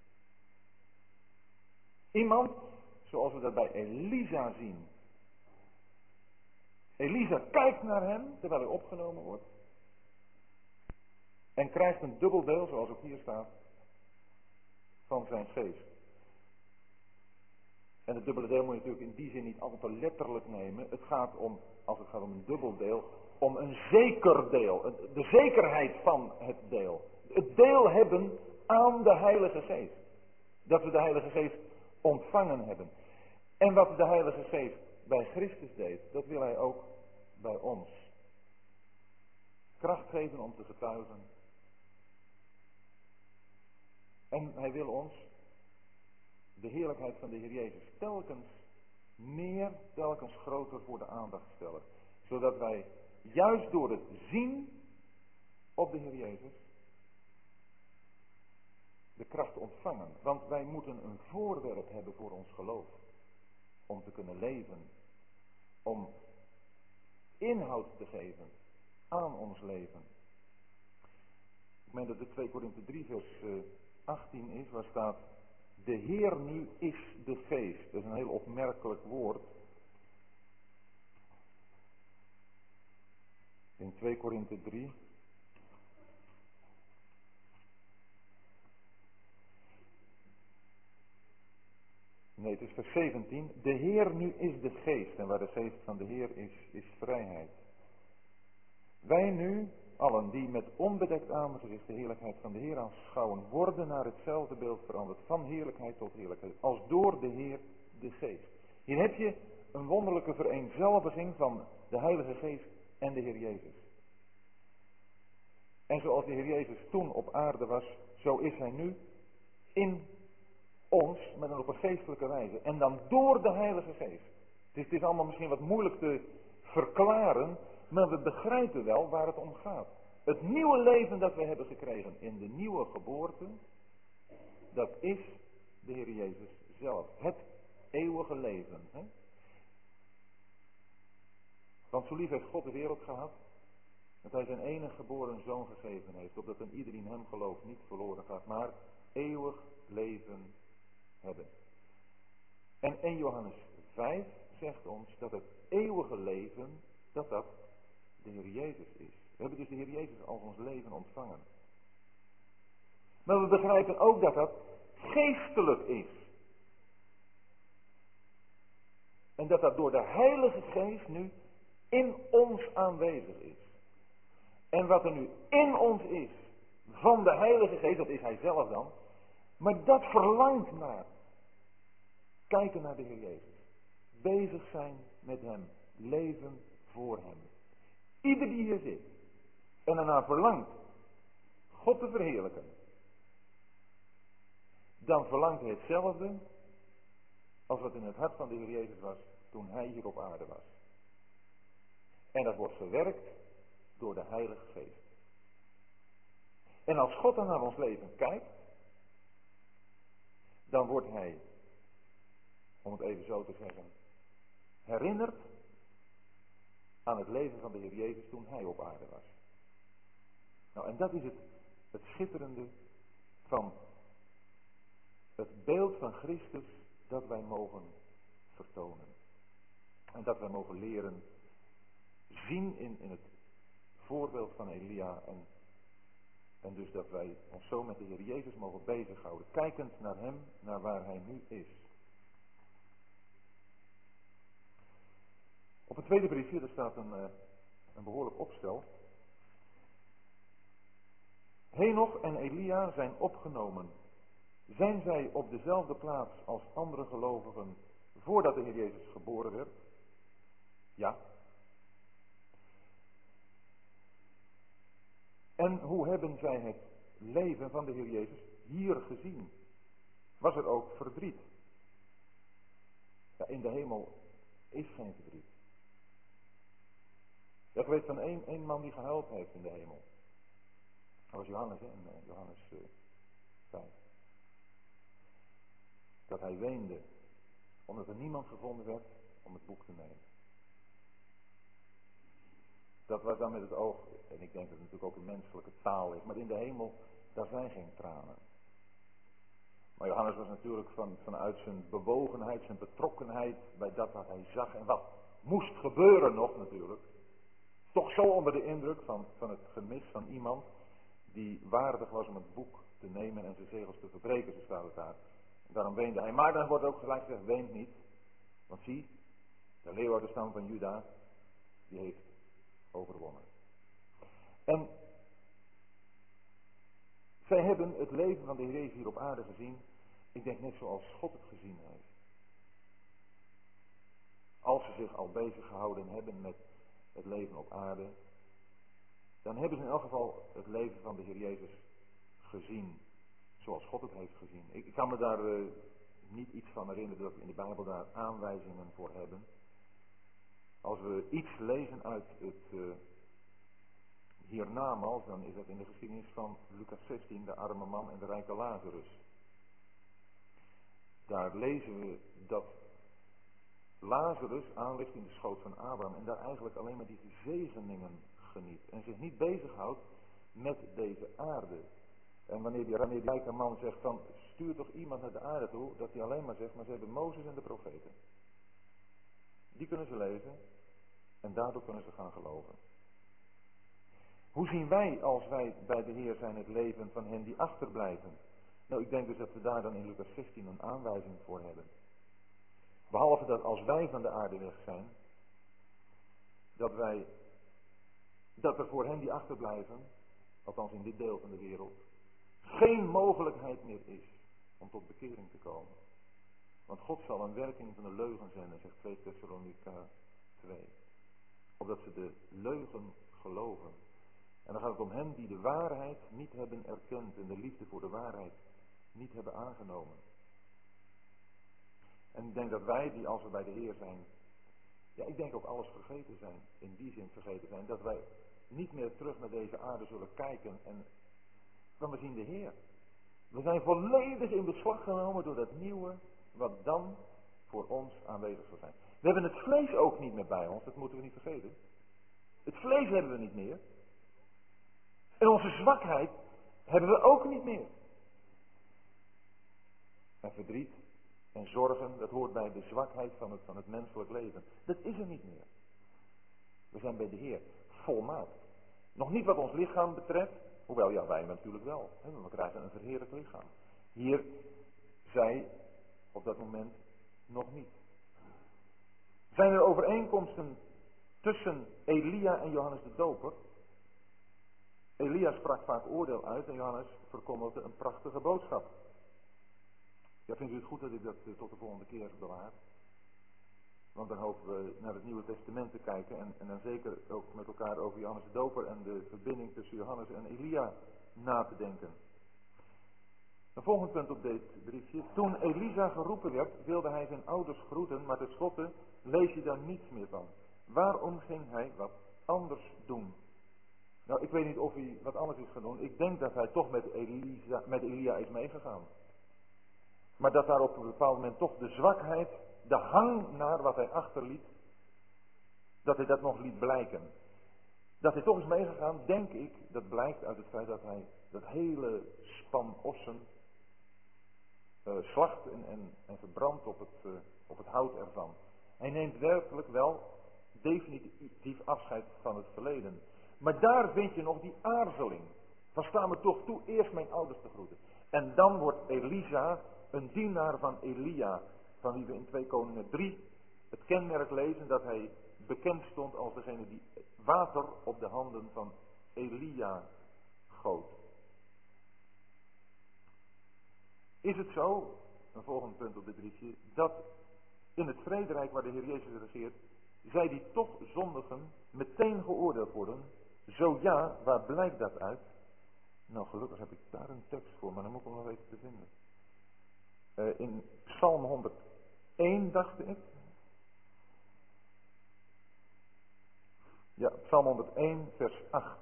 Iemand, zoals we dat bij Elisa zien. Elisa kijkt naar hem, terwijl hij opgenomen wordt. En krijgt een dubbel deel, zoals ook hier staat, van zijn geest. En het dubbele deel moet je natuurlijk in die zin niet al te letterlijk nemen. Het gaat om, als het gaat om een dubbel deel, om een zeker deel. De zekerheid van het deel. Het deel hebben aan de Heilige Geest. Dat we de Heilige Geest ontvangen hebben. En wat de Heilige Geest bij Christus deed, dat wil hij ook bij ons. Kracht geven om te getuigen. En hij wil ons de heerlijkheid van de Heer Jezus telkens meer, telkens groter voor de aandacht stellen. Zodat wij juist door het zien op de Heer Jezus de kracht ontvangen. Want wij moeten een voorwerp hebben voor ons geloof. Om te kunnen leven. Om inhoud te geven aan ons leven. Ik meen dat het 2 Korinthe 3 vers 18 is, waar staat: De Heer nu is de geest. Dat is een heel opmerkelijk woord. In 2 Korinthe 3. Nee, het is vers 17. De Heer nu is de geest. En waar de geest van de Heer is vrijheid. Wij nu, allen die met onbedekt aangezicht de heerlijkheid van de Heer aanschouwen, worden naar hetzelfde beeld veranderd. Van heerlijkheid tot heerlijkheid. Als door de Heer de geest. Hier heb je een wonderlijke vereenzelviging van de Heilige Geest en de Heer Jezus. En zoals de Heer Jezus toen op aarde was, zo is Hij nu in ons, maar dan op een geestelijke wijze. En dan door de Heilige Geest. Het is allemaal misschien wat moeilijk te verklaren, maar we begrijpen wel waar het om gaat. Het nieuwe leven dat we hebben gekregen in de nieuwe geboorte, dat is de Heer Jezus zelf. Het eeuwige leven. Hè? Want zo lief heeft God de wereld gehad, dat Hij zijn enige geboren zoon gegeven heeft, opdat een ieder in Hem gelooft niet verloren gaat, maar eeuwig leven hebben. En 1 Johannes 5 zegt ons dat het eeuwige leven, dat de Heer Jezus is. We hebben dus de Heer Jezus als ons leven ontvangen. Maar we begrijpen ook dat dat geestelijk is. En dat dat door de Heilige Geest nu in ons aanwezig is. En wat er nu in ons is van de Heilige Geest, dat is Hij zelf dan. Maar dat verlangt naar kijken naar de Heer Jezus. Bezig zijn met Hem. Leven voor Hem. Ieder die hier zit en ernaar verlangt God te verheerlijken, dan verlangt hij hetzelfde als wat in het hart van de Heer Jezus was toen Hij hier op aarde was. En dat wordt verwerkt door de Heilige Geest. En als God dan naar ons leven kijkt, dan wordt Hij, om het even zo te zeggen, herinnerd aan het leven van de Heer Jezus toen Hij op aarde was. Nou, en dat is het schitterende van het beeld van Christus dat wij mogen vertonen. En dat wij mogen leren zien in het voorbeeld van Elia. En dus dat wij ons zo met de Heer Jezus mogen bezighouden. Kijkend naar Hem, naar waar Hij nu is. Op het tweede briefje, er staat een behoorlijk opstel. Henoch en Elia zijn opgenomen. Zijn zij op dezelfde plaats als andere gelovigen voordat de Heer Jezus geboren werd? Ja. En hoe hebben zij het leven van de Heer Jezus hier gezien? Was er ook verdriet? Ja, in de hemel is geen verdriet. Ja, ik weet van één man die gehuild heeft in de hemel. Dat was Johannes, hè, in Johannes 5. Dat hij weende, omdat er niemand gevonden werd om het boek te nemen. Dat was dan met het oog, en ik denk dat het natuurlijk ook een menselijke taal is, maar in de hemel, daar zijn geen tranen. Maar Johannes was natuurlijk vanuit zijn bewogenheid, zijn betrokkenheid bij dat wat hij zag en wat moest gebeuren nog natuurlijk. Toch zo onder de indruk van het gemis van iemand die waardig was om het boek te nemen en zijn zegels te verbreken, zo staat het daar. En daarom weende hij. Maar dan wordt ook gelijk gezegd, weent niet. Want zie, de leeuw uit de stam van Juda, die heeft overwonnen. En zij hebben het leven van de Heer Jezus hier op aarde gezien, ik denk net zoals God het gezien heeft. Als ze zich al bezig gehouden hebben met het leven op aarde, dan hebben ze in elk geval het leven van de Heer Jezus gezien, zoals God het heeft gezien. Ik kan me daar niet iets van herinneren dat we in de Bijbel daar aanwijzingen voor hebben. Als we iets lezen uit het hiernamaals, dan is dat in de geschiedenis van Lucas 16, de arme man en de rijke Lazarus. Daar lezen we dat Lazarus aanligt in de schoot van Abraham en daar eigenlijk alleen maar die zegeningen geniet. En zich niet bezighoudt met deze aarde. En wanneer die rijke man zegt van, stuur toch iemand naar de aarde toe, dat hij alleen maar zegt, maar ze hebben Mozes en de profeten. Die kunnen ze lezen en daardoor kunnen ze gaan geloven. Hoe zien wij als wij bij de Heer zijn het leven van hen die achterblijven? Nou, ik denk dus dat we daar dan in Lucas 16 een aanwijzing voor hebben. Behalve dat als wij van de aarde weg zijn, dat er voor hen die achterblijven, althans in dit deel van de wereld, geen mogelijkheid meer is om tot bekering te komen. Want God zal een werking van de leugen zenden, zegt 2 Thessalonica 2. Opdat ze de leugen geloven. En dan gaat het om hen die de waarheid niet hebben erkend en de liefde voor de waarheid niet hebben aangenomen. En ik denk dat wij, die als we bij de Heer zijn, ja, ik denk ook alles vergeten zijn, in die zin vergeten zijn, dat wij niet meer terug naar deze aarde zullen kijken want we zien de Heer. We zijn volledig in beslag genomen door dat nieuwe, wat dan voor ons aanwezig zal zijn. We hebben het vlees ook niet meer bij ons, dat moeten we niet vergeten. Het vlees hebben we niet meer. En onze zwakheid hebben we ook niet meer. En verdriet en zorgen, dat hoort bij de zwakheid van het menselijk leven. Dat is er niet meer. We zijn bij de Heer volmaakt. Nog niet wat ons lichaam betreft, hoewel ja, wij natuurlijk wel. We krijgen een verheerlijk lichaam. Hier, zij op dat moment nog niet. Zijn er overeenkomsten tussen Elia en Johannes de Doper? Elia sprak vaak oordeel uit en Johannes verkondigde een prachtige boodschap. Ja, vindt u het goed dat ik dat tot de volgende keer bewaar? Want dan hopen we naar het Nieuwe Testament te kijken en dan zeker ook met elkaar over Johannes de Doper en de verbinding tussen Johannes en Elia na te denken. Een volgend punt op dit briefje. Toen Elisa geroepen werd, wilde hij zijn ouders groeten, maar tenslotte lees je daar niets meer van. Waarom ging hij wat anders doen? Nou, ik weet niet of hij wat anders is gaan doen. Ik denk dat hij toch met Elia is meegegaan. Maar dat daar op een bepaald moment toch de zwakheid, de hang naar wat hij achterliet, dat hij dat nog liet blijken. Dat hij toch is meegegaan, denk ik, dat blijkt uit het feit dat hij dat hele span ossen slacht en verbrandt op het hout ervan. Hij neemt werkelijk wel definitief afscheid van het verleden. Maar daar vind je nog die aarzeling. Van sta me toch toe eerst mijn ouders te groeten. En dan wordt Elisa een dienaar van Elia, van wie we in 2 Koningen 3 het kenmerk lezen dat hij bekend stond als degene die water op de handen van Elia goot. Is het zo, een volgend punt op dit briefje, dat in het vrederijk waar de Heer Jezus regeert, zij die toch zondigen meteen geoordeeld worden? Zo ja, waar blijkt dat uit? Nou, gelukkig heb ik daar een tekst voor, maar dan moet ik hem nog weten te vinden. In Psalm 101, dacht ik. Ja, Psalm 101, vers 8.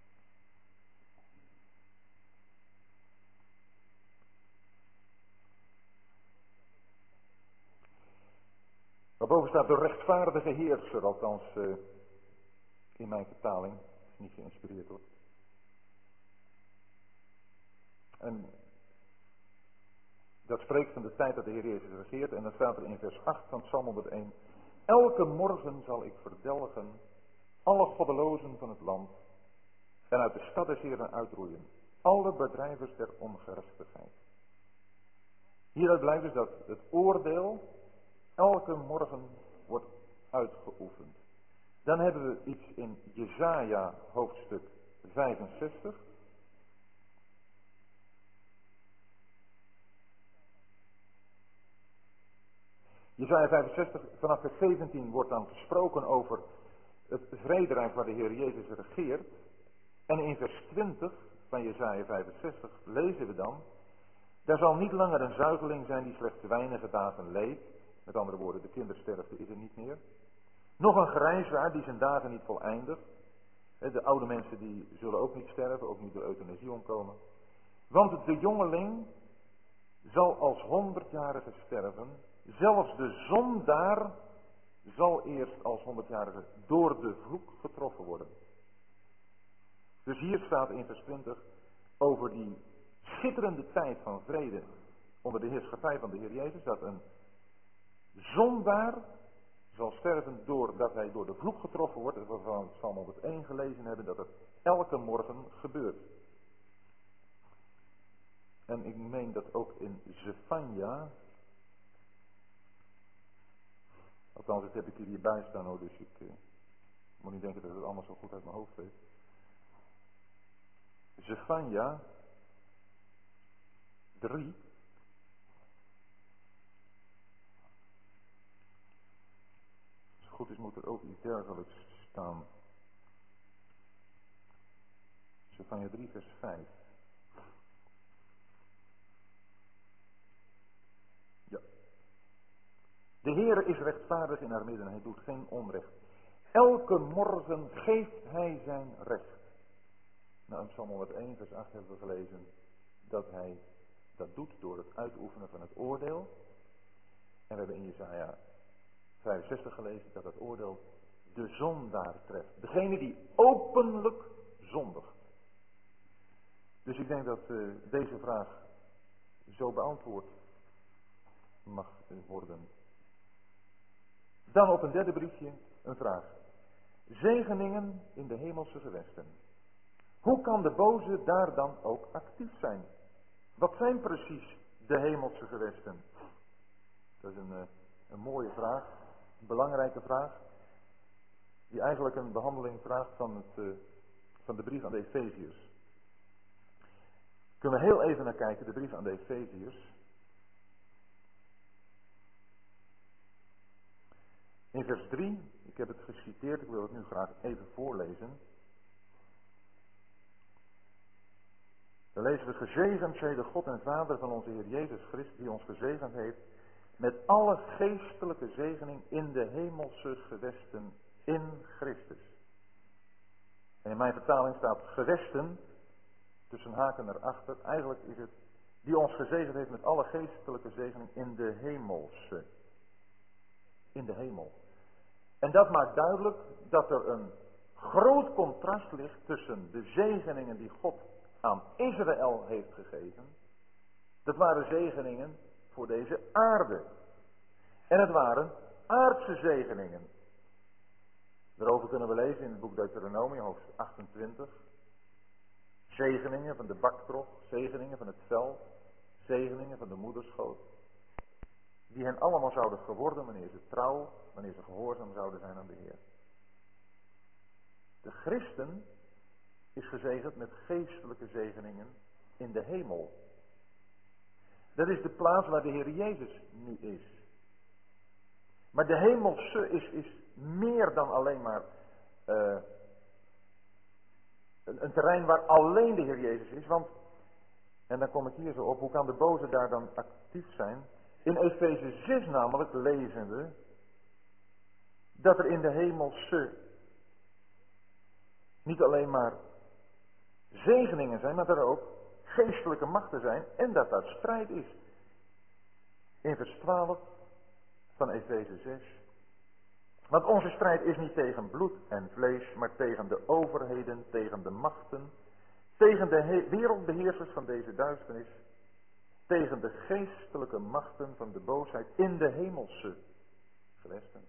Waarboven staat de rechtvaardige heerser, althans in mijn vertaling. Is niet geïnspireerd hoor. En dat spreekt van de tijd dat de Heer Jezus regeert. En dan staat er in vers 8 van Psalm 101. Elke morgen zal ik verdelgen alle goddelozen van het land. En uit de stad des Heeren uitroeien. Alle bedrijvers der ongerechtigheid. Hieruit blijkt dus dat het oordeel elke morgen wordt uitgeoefend. Dan hebben we iets in Jesaja hoofdstuk 65. Jesaja 65 vanaf vers 17 wordt dan gesproken over het vrederijk waar de Heer Jezus regeert. En in vers 20 van Jesaja 65 lezen we dan: daar zal niet langer een zuigeling zijn die slechts weinige dagen leeft. Met andere woorden, de kindersterfte is er niet meer. Nog een grijsaard die zijn dagen niet voleindigt. De oude mensen die zullen ook niet sterven, ook niet door euthanasie omkomen. Want de jongeling zal als 100-jarige sterven. Zelfs de zondaar zal eerst als 100-jarige door de vloek getroffen worden. Dus hier staat in vers 20 over die schitterende tijd van vrede onder de heerschappij van de Heer Jezus, dat een zondaar zal sterven doordat hij door de vloek getroffen wordt, dat we van Psalm 101 gelezen hebben, dat het elke morgen gebeurt. En ik meen dat ook in Zefanja, althans dat heb ik hierbij staan hoor, dus ik moet niet denken dat ik het allemaal zo goed uit mijn hoofd weet. Zefanja 3. Als het goed is moet er ook iets dergelijks staan. Zefanja 3 vers 5. Ja. De Heere is rechtvaardig in haar midden, hij doet geen onrecht. Elke morgen geeft hij zijn recht. Nou, in Psalm 101 vers 8 hebben we gelezen dat hij dat doet door het uitoefenen van het oordeel. En we hebben in Jesaja 65 gelezen dat het oordeel de zondaar treft. Degene die openlijk zondigt. Dus ik denk dat deze vraag zo beantwoord mag worden. Dan op een derde briefje een vraag. Zegeningen in de hemelse gewesten. Hoe kan de boze daar dan ook actief zijn? Wat zijn precies de hemelse gewesten? Dat is een mooie vraag, een belangrijke vraag, die eigenlijk een behandeling vraagt van de brief aan de Efeziërs. Kunnen we heel even naar kijken, de brief aan de Efeziërs. In vers 3, ik heb het geciteerd, ik wil het nu graag even voorlezen. Dan lezen we: gezegend zij de God en Vader van onze Heer Jezus Christus, die ons gezegend heeft met alle geestelijke zegening in de hemelse gewesten in Christus. En in mijn vertaling staat gewesten, tussen haken erachter. Eigenlijk is het die ons gezegend heeft met alle geestelijke zegening in de hemelse. In de hemel. En dat maakt duidelijk dat er een groot contrast ligt tussen de zegeningen die God aan Israël heeft gegeven. Dat waren zegeningen voor deze aarde. En het waren aardse zegeningen. Daarover kunnen we lezen in het boek Deuteronomium, hoofdstuk 28. Zegeningen van de baktrog, zegeningen van het veld, zegeningen van de moederschoot. Die hen allemaal zouden geworden wanneer ze trouw, wanneer ze gehoorzaam zouden zijn aan de Heer. De christen is gezegend met geestelijke zegeningen in de hemel. Dat is de plaats waar de Heer Jezus nu is. Maar de hemelse is meer dan alleen maar een terrein waar alleen de Heer Jezus is. Want, en dan kom ik hier zo op, hoe kan de boze daar dan actief zijn? In Efeze 6 namelijk lezen we dat er in de hemelse niet alleen maar zegeningen zijn, maar dat er ook geestelijke machten zijn en dat daar strijd is. In vers 12 van Efeze 6. Want onze strijd is niet tegen bloed en vlees, maar tegen de overheden, tegen de machten, tegen de wereldbeheersers van deze duisternis, tegen de geestelijke machten van de boosheid in de hemelse gewesten.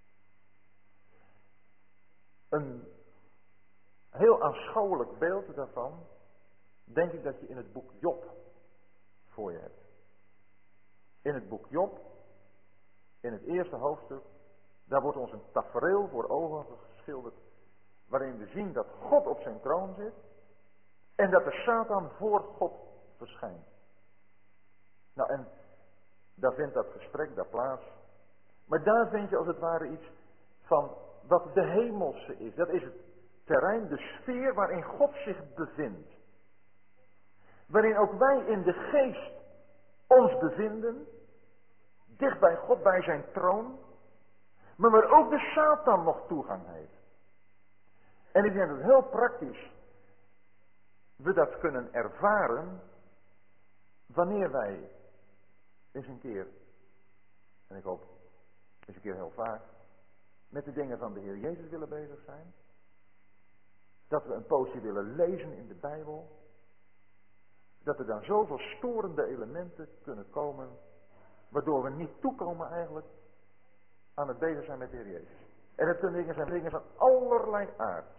Een heel aanschouwelijk beeld daarvan, denk ik dat je in het boek Job voor je hebt. In het boek Job, in het eerste hoofdstuk, daar wordt ons een tafereel voor ogen geschilderd, waarin we zien dat God op zijn troon zit en dat de Satan voor God verschijnt. Nou, en daar vindt dat gesprek daar plaats. Maar daar vind je als het ware iets van wat de hemelse is. Dat is het terrein, de sfeer waarin God zich bevindt. Waarin ook wij in de geest ons bevinden, dicht bij God, bij zijn troon. Maar waar ook de Satan nog toegang heeft. En ik denk dat heel praktisch we dat kunnen ervaren wanneer wij eens een keer, en ik hoop eens een keer heel vaak, met de dingen van de Heer Jezus willen bezig zijn. Dat we een poosje willen lezen in de Bijbel. dat er dan zoveel storende elementen kunnen komen, waardoor we niet toekomen eigenlijk aan het bezig zijn met de Heer Jezus. En het kunnen dingen van allerlei aard.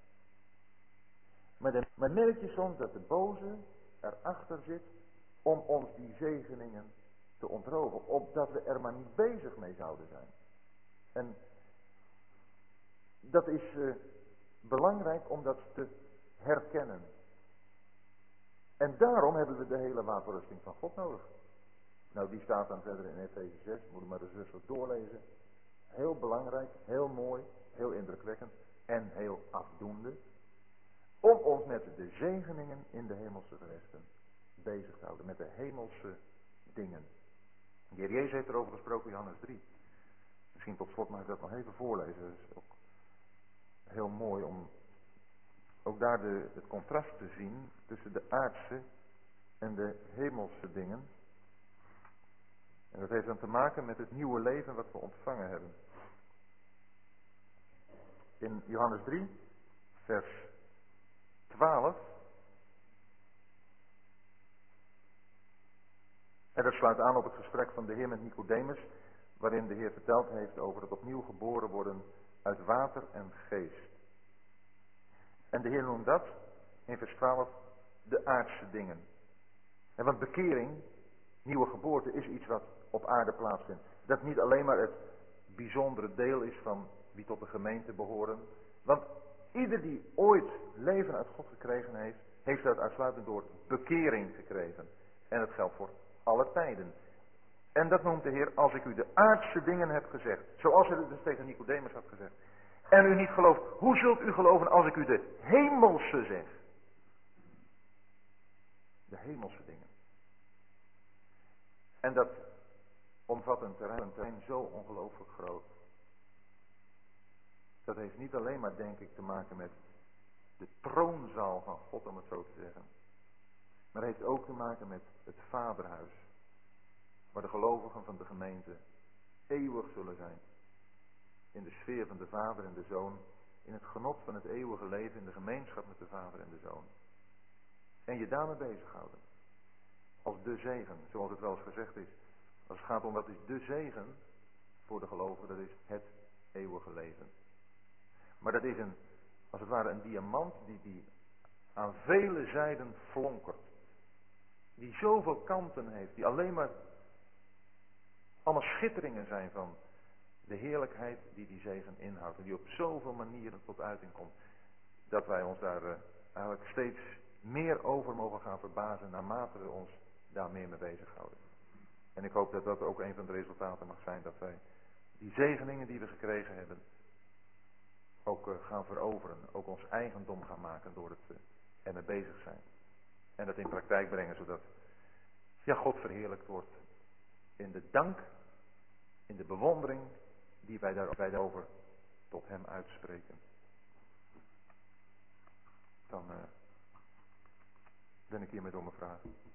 Maar dan merk je soms dat de boze erachter zit om ons die zegeningen te ontroven, opdat we er maar niet bezig mee zouden zijn. En dat is belangrijk om dat te herkennen. En daarom hebben we de hele wapenrusting van God nodig. Nou, die staat dan verder in Efeze 6, moet je maar eens rustig doorlezen. Heel belangrijk, heel mooi, heel indrukwekkend en heel afdoende. Om ons met de zegeningen in de hemelse gewesten bezig te houden. Met de hemelse dingen. De Heer Jezus heeft erover gesproken, Johannes 3. Misschien tot slot mag ik dat nog even voorlezen. Dat is ook heel mooi om ook daar het contrast te zien tussen de aardse en de hemelse dingen. En dat heeft dan te maken met het nieuwe leven wat we ontvangen hebben. In Johannes 3, vers 12. En dat sluit aan op het gesprek van de Heer met Nicodemus, waarin de Heer verteld heeft over het opnieuw geboren worden uit water en geest. En de Heer noemt dat in vers 12 de aardse dingen. En want bekering, nieuwe geboorte, is iets wat op aarde plaatsvindt. Dat niet alleen maar het bijzondere deel is van wie tot de gemeente behoren. Want ieder die ooit leven uit God gekregen heeft, heeft dat uitsluitend door bekering gekregen. En dat geldt voor alle tijden. En dat noemt de Heer, als ik u de aardse dingen heb gezegd, zoals hij het dus tegen Nicodemus had gezegd, en u niet gelooft, hoe zult u geloven als ik u de hemelse zeg? De hemelse dingen. En dat omvat een terrein zo ongelooflijk groot. Dat heeft niet alleen maar, denk ik, te maken met de troonzaal van God, om het zo te zeggen. Maar het heeft ook te maken met het vaderhuis. Waar de gelovigen van de gemeente eeuwig zullen zijn. In de sfeer van de Vader en de Zoon. In het genot van het eeuwige leven in de gemeenschap met de Vader en de Zoon. En je daarmee bezighouden. Als de zegen, zoals het wel eens gezegd is. Als het gaat om wat is de zegen voor de gelovigen, dat is het eeuwige leven. Maar dat is als het ware een diamant die aan vele zijden flonkert. Die zoveel kanten heeft, die alleen maar allemaal schitteringen zijn van de heerlijkheid die zegen inhoudt. En die op zoveel manieren tot uiting komt. Dat wij ons daar eigenlijk steeds meer over mogen gaan verbazen naarmate we ons daar meer mee bezighouden. En ik hoop dat dat ook een van de resultaten mag zijn. Dat wij die zegeningen die we gekregen hebben ook gaan veroveren. Ook ons eigendom gaan maken door het ermee bezig zijn. En dat in praktijk brengen zodat God verheerlijkt wordt. In de dank, in de bewondering die wij daarover tot hem uitspreken. Dan ben ik hiermee door mijn vraag.